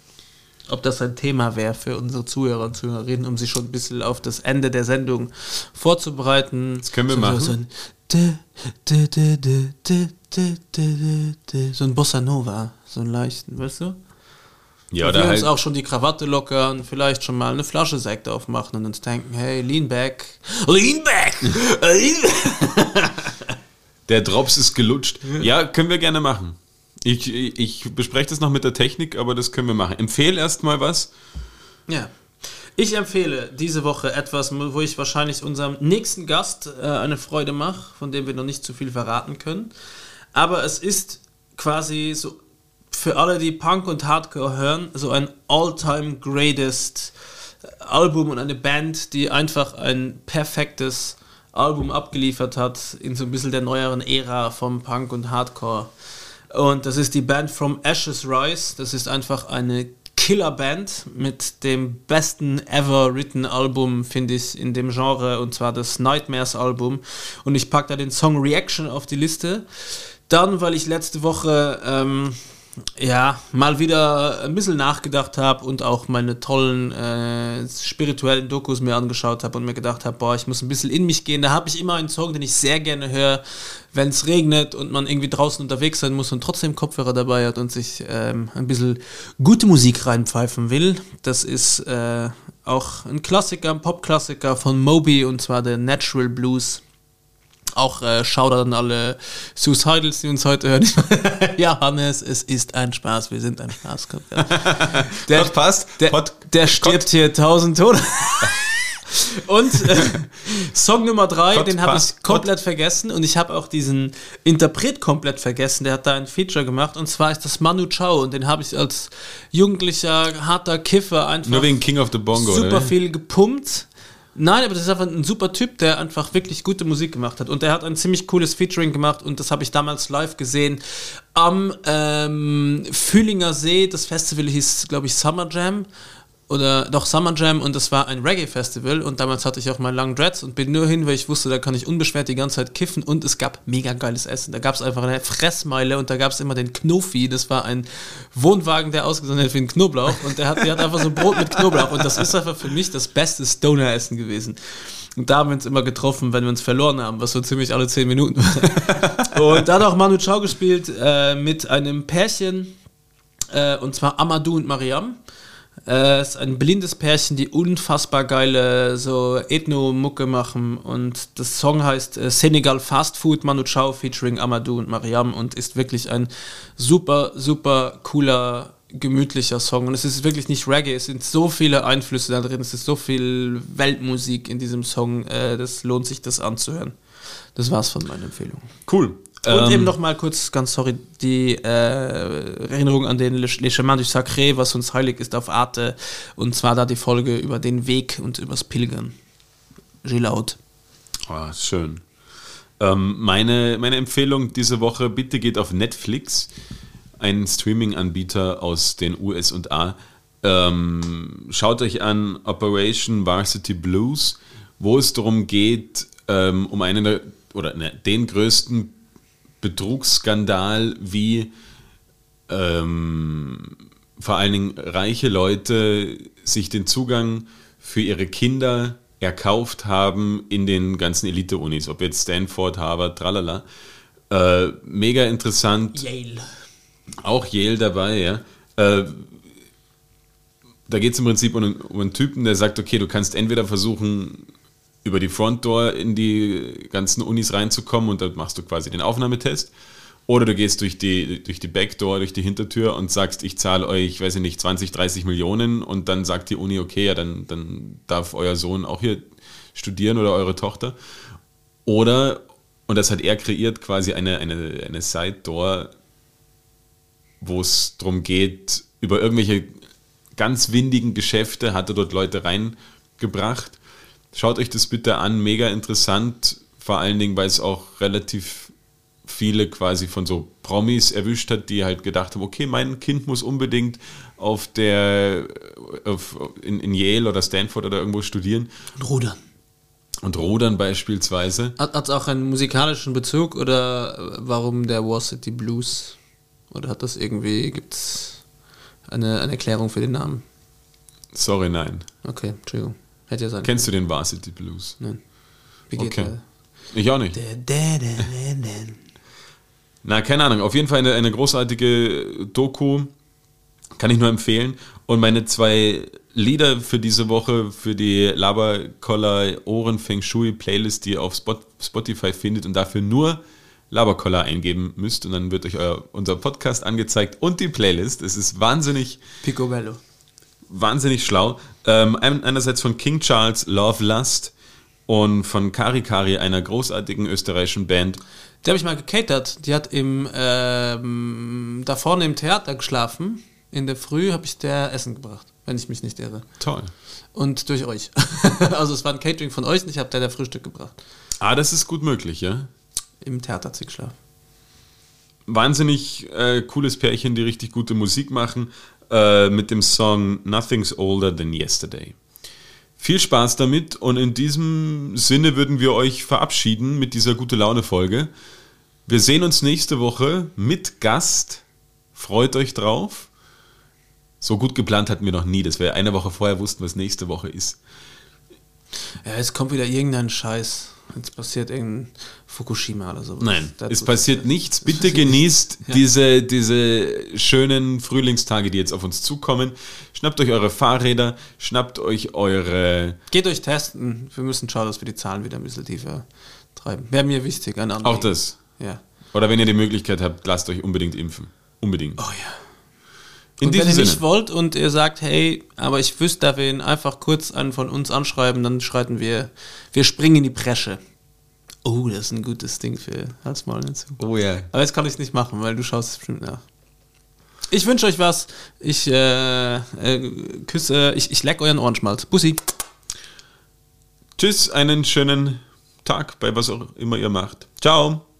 Ob das ein Thema wäre für unsere Zuhörer und Zuhörerinnen, um sich schon ein bisschen auf das Ende der Sendung vorzubereiten. Das können wir so, machen. So, so ein dä, dä, dä, dä, dä, dä, dä, dä, so ein Bossa Nova, so einen leichten, weißt du? Ja, Und oder wir uns halt, auch schon die Krawatte lockern, vielleicht schon mal eine Flasche Sekt aufmachen und uns denken, hey, lean back, lean back, lean back. der Drops ist gelutscht. Ja, können wir gerne machen. Ich, ich, ich bespreche das noch mit der Technik, aber das können wir machen. Empfehle erst mal was. Ja. Ich empfehle diese Woche etwas, wo ich wahrscheinlich unserem nächsten Gast äh, eine Freude mache, von dem wir noch nicht zu viel verraten können. Aber es ist quasi so für alle, die Punk und Hardcore hören, so ein all-time greatest Album und eine Band, die einfach ein perfektes Album abgeliefert hat in so ein bisschen der neueren Ära vom Punk und Hardcore. Und das ist die Band From Ashes Rise. Das ist einfach eine Killerband mit dem besten ever written Album, finde ich, in dem Genre, und zwar das Nightmares Album. Und ich packe da den Song Reaction auf die Liste. Dann, weil ich letzte Woche ähm, ja, mal wieder ein bisschen nachgedacht habe und auch meine tollen äh, spirituellen Dokus mir angeschaut habe und mir gedacht habe, boah, ich muss ein bisschen in mich gehen. Da habe ich immer einen Song, den ich sehr gerne höre, wenn es regnet und man irgendwie draußen unterwegs sein muss und trotzdem Kopfhörer dabei hat und sich ähm, ein bisschen gute Musik reinpfeifen will. Das ist äh, auch ein Klassiker, ein Popklassiker von Moby, und zwar der Natural Blues. Auch äh, Shoutout an alle Suicidals, die uns heute hören. Ja, Hannes, es ist ein Spaß, wir sind ein Spaß. Der, Das passt. Der, Pod- der stirbt hier tausend Tode. Und äh, Song Nummer drei, Pod- den habe passt. ich komplett vergessen, und ich habe auch diesen Interpret komplett vergessen, der hat da ein Feature gemacht, und zwar ist das Manu Chao, und den habe ich als jugendlicher, harter Kiffer einfach Nur wegen King of the Bongo, super oder? viel gepumpt. Nein, aber das ist einfach ein super Typ, der einfach wirklich gute Musik gemacht hat. Und der hat ein ziemlich cooles Featuring gemacht, und das habe ich damals live gesehen am ähm, Fühlinger See. Das Festival hieß, glaube ich, Summer Jam. Oder doch Summer Jam, und das war ein Reggae-Festival, und damals hatte ich auch meine langen Dreads und bin nur hin, weil ich wusste, da kann ich unbeschwert die ganze Zeit kiffen, und es gab mega geiles Essen. Da gab es einfach eine Fressmeile, und da gab es immer den Knofi, das war ein Wohnwagen, der ausgesehen hat wie ein Knoblauch, und der hat, der hat einfach so Brot mit Knoblauch, und das ist einfach für mich das beste Stoner-Essen gewesen. Und da haben wir uns immer getroffen, wenn wir uns verloren haben, was so ziemlich alle zehn Minuten war. Und da hat auch Manu Chao gespielt äh, mit einem Pärchen, äh, und zwar Amadou und Mariam. Es äh, ist ein blindes Pärchen, die unfassbar geile so Ethno-Mucke machen, und das Song heißt äh, Senegal Fast Food, Manu Chao featuring Amadou und Mariam, und ist wirklich ein super, super cooler, gemütlicher Song, und es ist wirklich nicht Reggae, es sind so viele Einflüsse da drin, es ist so viel Weltmusik in diesem Song, äh, das lohnt sich, das anzuhören. Das war's von meiner Empfehlung. Cool. Und Ähm, eben noch mal kurz, ganz sorry, die äh, Erinnerung an den Le, Le Chemin du Sacré, was uns heilig ist, auf Arte. Und zwar da die Folge über den Weg und übers Pilgern. Gilaud. Oh, schön. Ähm, meine, meine Empfehlung diese Woche, bitte geht auf Netflix, ein Streaming-Anbieter aus den U S A. Ähm, schaut euch an Operation Varsity Blues, wo es darum geht, ähm, um einen der, oder ne, den größten Betrugsskandal, wie ähm, vor allen Dingen reiche Leute sich den Zugang für ihre Kinder erkauft haben in den ganzen Elite-Unis, ob jetzt Stanford, Harvard, tralala. Äh, mega interessant. Yale. Auch Yale dabei, ja. Äh, da geht es im Prinzip um einen, um einen Typen, der sagt, okay, du kannst entweder versuchen, über die Front Door in die ganzen Unis reinzukommen, und dann machst du quasi den Aufnahmetest, oder du gehst durch die, durch die Backdoor, durch die Hintertür und sagst, ich zahle euch, weiß ich nicht, zwanzig, dreißig Millionen, und dann sagt die Uni, okay, ja, dann, dann darf euer Sohn auch hier studieren oder eure Tochter. Oder Und das hat er kreiert, quasi eine, eine, eine Side-Door, wo es darum geht, über irgendwelche ganz windigen Geschäfte hat er dort Leute reingebracht. Schaut euch das bitte an, mega interessant, vor allen Dingen, weil es auch relativ viele quasi von so Promis erwischt hat, die halt gedacht haben, okay, mein Kind muss unbedingt auf der auf, in, in Yale oder Stanford oder irgendwo studieren. Und rudern. Und rudern beispielsweise. Hat es auch einen musikalischen Bezug oder warum der War City Blues? Oder hat das irgendwie, gibt es eine, eine Erklärung für den Namen? Sorry, nein. Okay, Entschuldigung. Hätte ja sein Kennst du den Varsity Blues? Nein. Wie geht Okay. Ich auch nicht. der? Na, keine Ahnung. Auf jeden Fall eine, eine großartige Doku. Kann ich nur empfehlen. Und meine zwei Lieder für diese Woche, für die Laberkoller Ohren Feng Shui Playlist, die ihr auf Spot, Spotify findet und dafür nur Laberkoller eingeben müsst. Und dann wird euch euer, unser Podcast angezeigt und die Playlist. Es ist wahnsinnig, Picobello. wahnsinnig schlau. Ähm, einerseits von King Charles, Love Lust und von Kari Kari, einer großartigen österreichischen Band. Die habe ich mal gecatert. Die hat im ähm, da vorne im Theater geschlafen. In der Früh habe ich der Essen gebracht, wenn ich mich nicht irre. Toll. Und durch euch. Also es war ein Catering von euch und ich habe der, der Frühstück gebracht. Ah, das ist gut möglich, ja? Im Theater hat sie geschlafen. Wahnsinnig äh, cooles Pärchen, die richtig gute Musik machen, äh, mit dem Song Nothing's Older Than Yesterday. Viel Spaß damit und in diesem Sinne würden wir euch verabschieden mit dieser Gute-Laune-Folge. Wir sehen uns nächste Woche mit Gast. Freut euch drauf. So gut geplant hatten wir noch nie, dass wir eine Woche vorher wussten, was nächste Woche ist. Ja, es kommt wieder irgendein Scheiß. Jetzt passiert irgendein Fukushima oder so. Nein, Das- es passiert nichts. Bitte passiert genießt nichts. Ja. diese, diese schönen Frühlingstage, die jetzt auf uns zukommen. Schnappt euch eure Fahrräder, schnappt euch eure... Geht euch testen. Wir müssen schauen, dass wir die Zahlen wieder ein bisschen tiefer treiben. Wäre mir wichtig. Ein Auch das. Ja. Oder wenn ihr die Möglichkeit habt, lasst euch unbedingt impfen. Unbedingt. Oh ja. In Und wenn diesem ihr Sinne. nicht wollt und ihr sagt, hey, aber ich wüsste, da wir ihn einfach kurz einen von uns anschreiben, dann schreiten wir, wir springen in die Bresche. Oh, das ist ein gutes Ding für Halsmaul dazu. Oh ja. Aber jetzt kann ich es nicht machen, weil du schaust es bestimmt nach. Ich wünsche euch was. Ich äh, äh, küsse, ich, ich leck euren Ohrenschmalz. Bussi. Tschüss, einen schönen Tag bei was auch immer ihr macht. Ciao.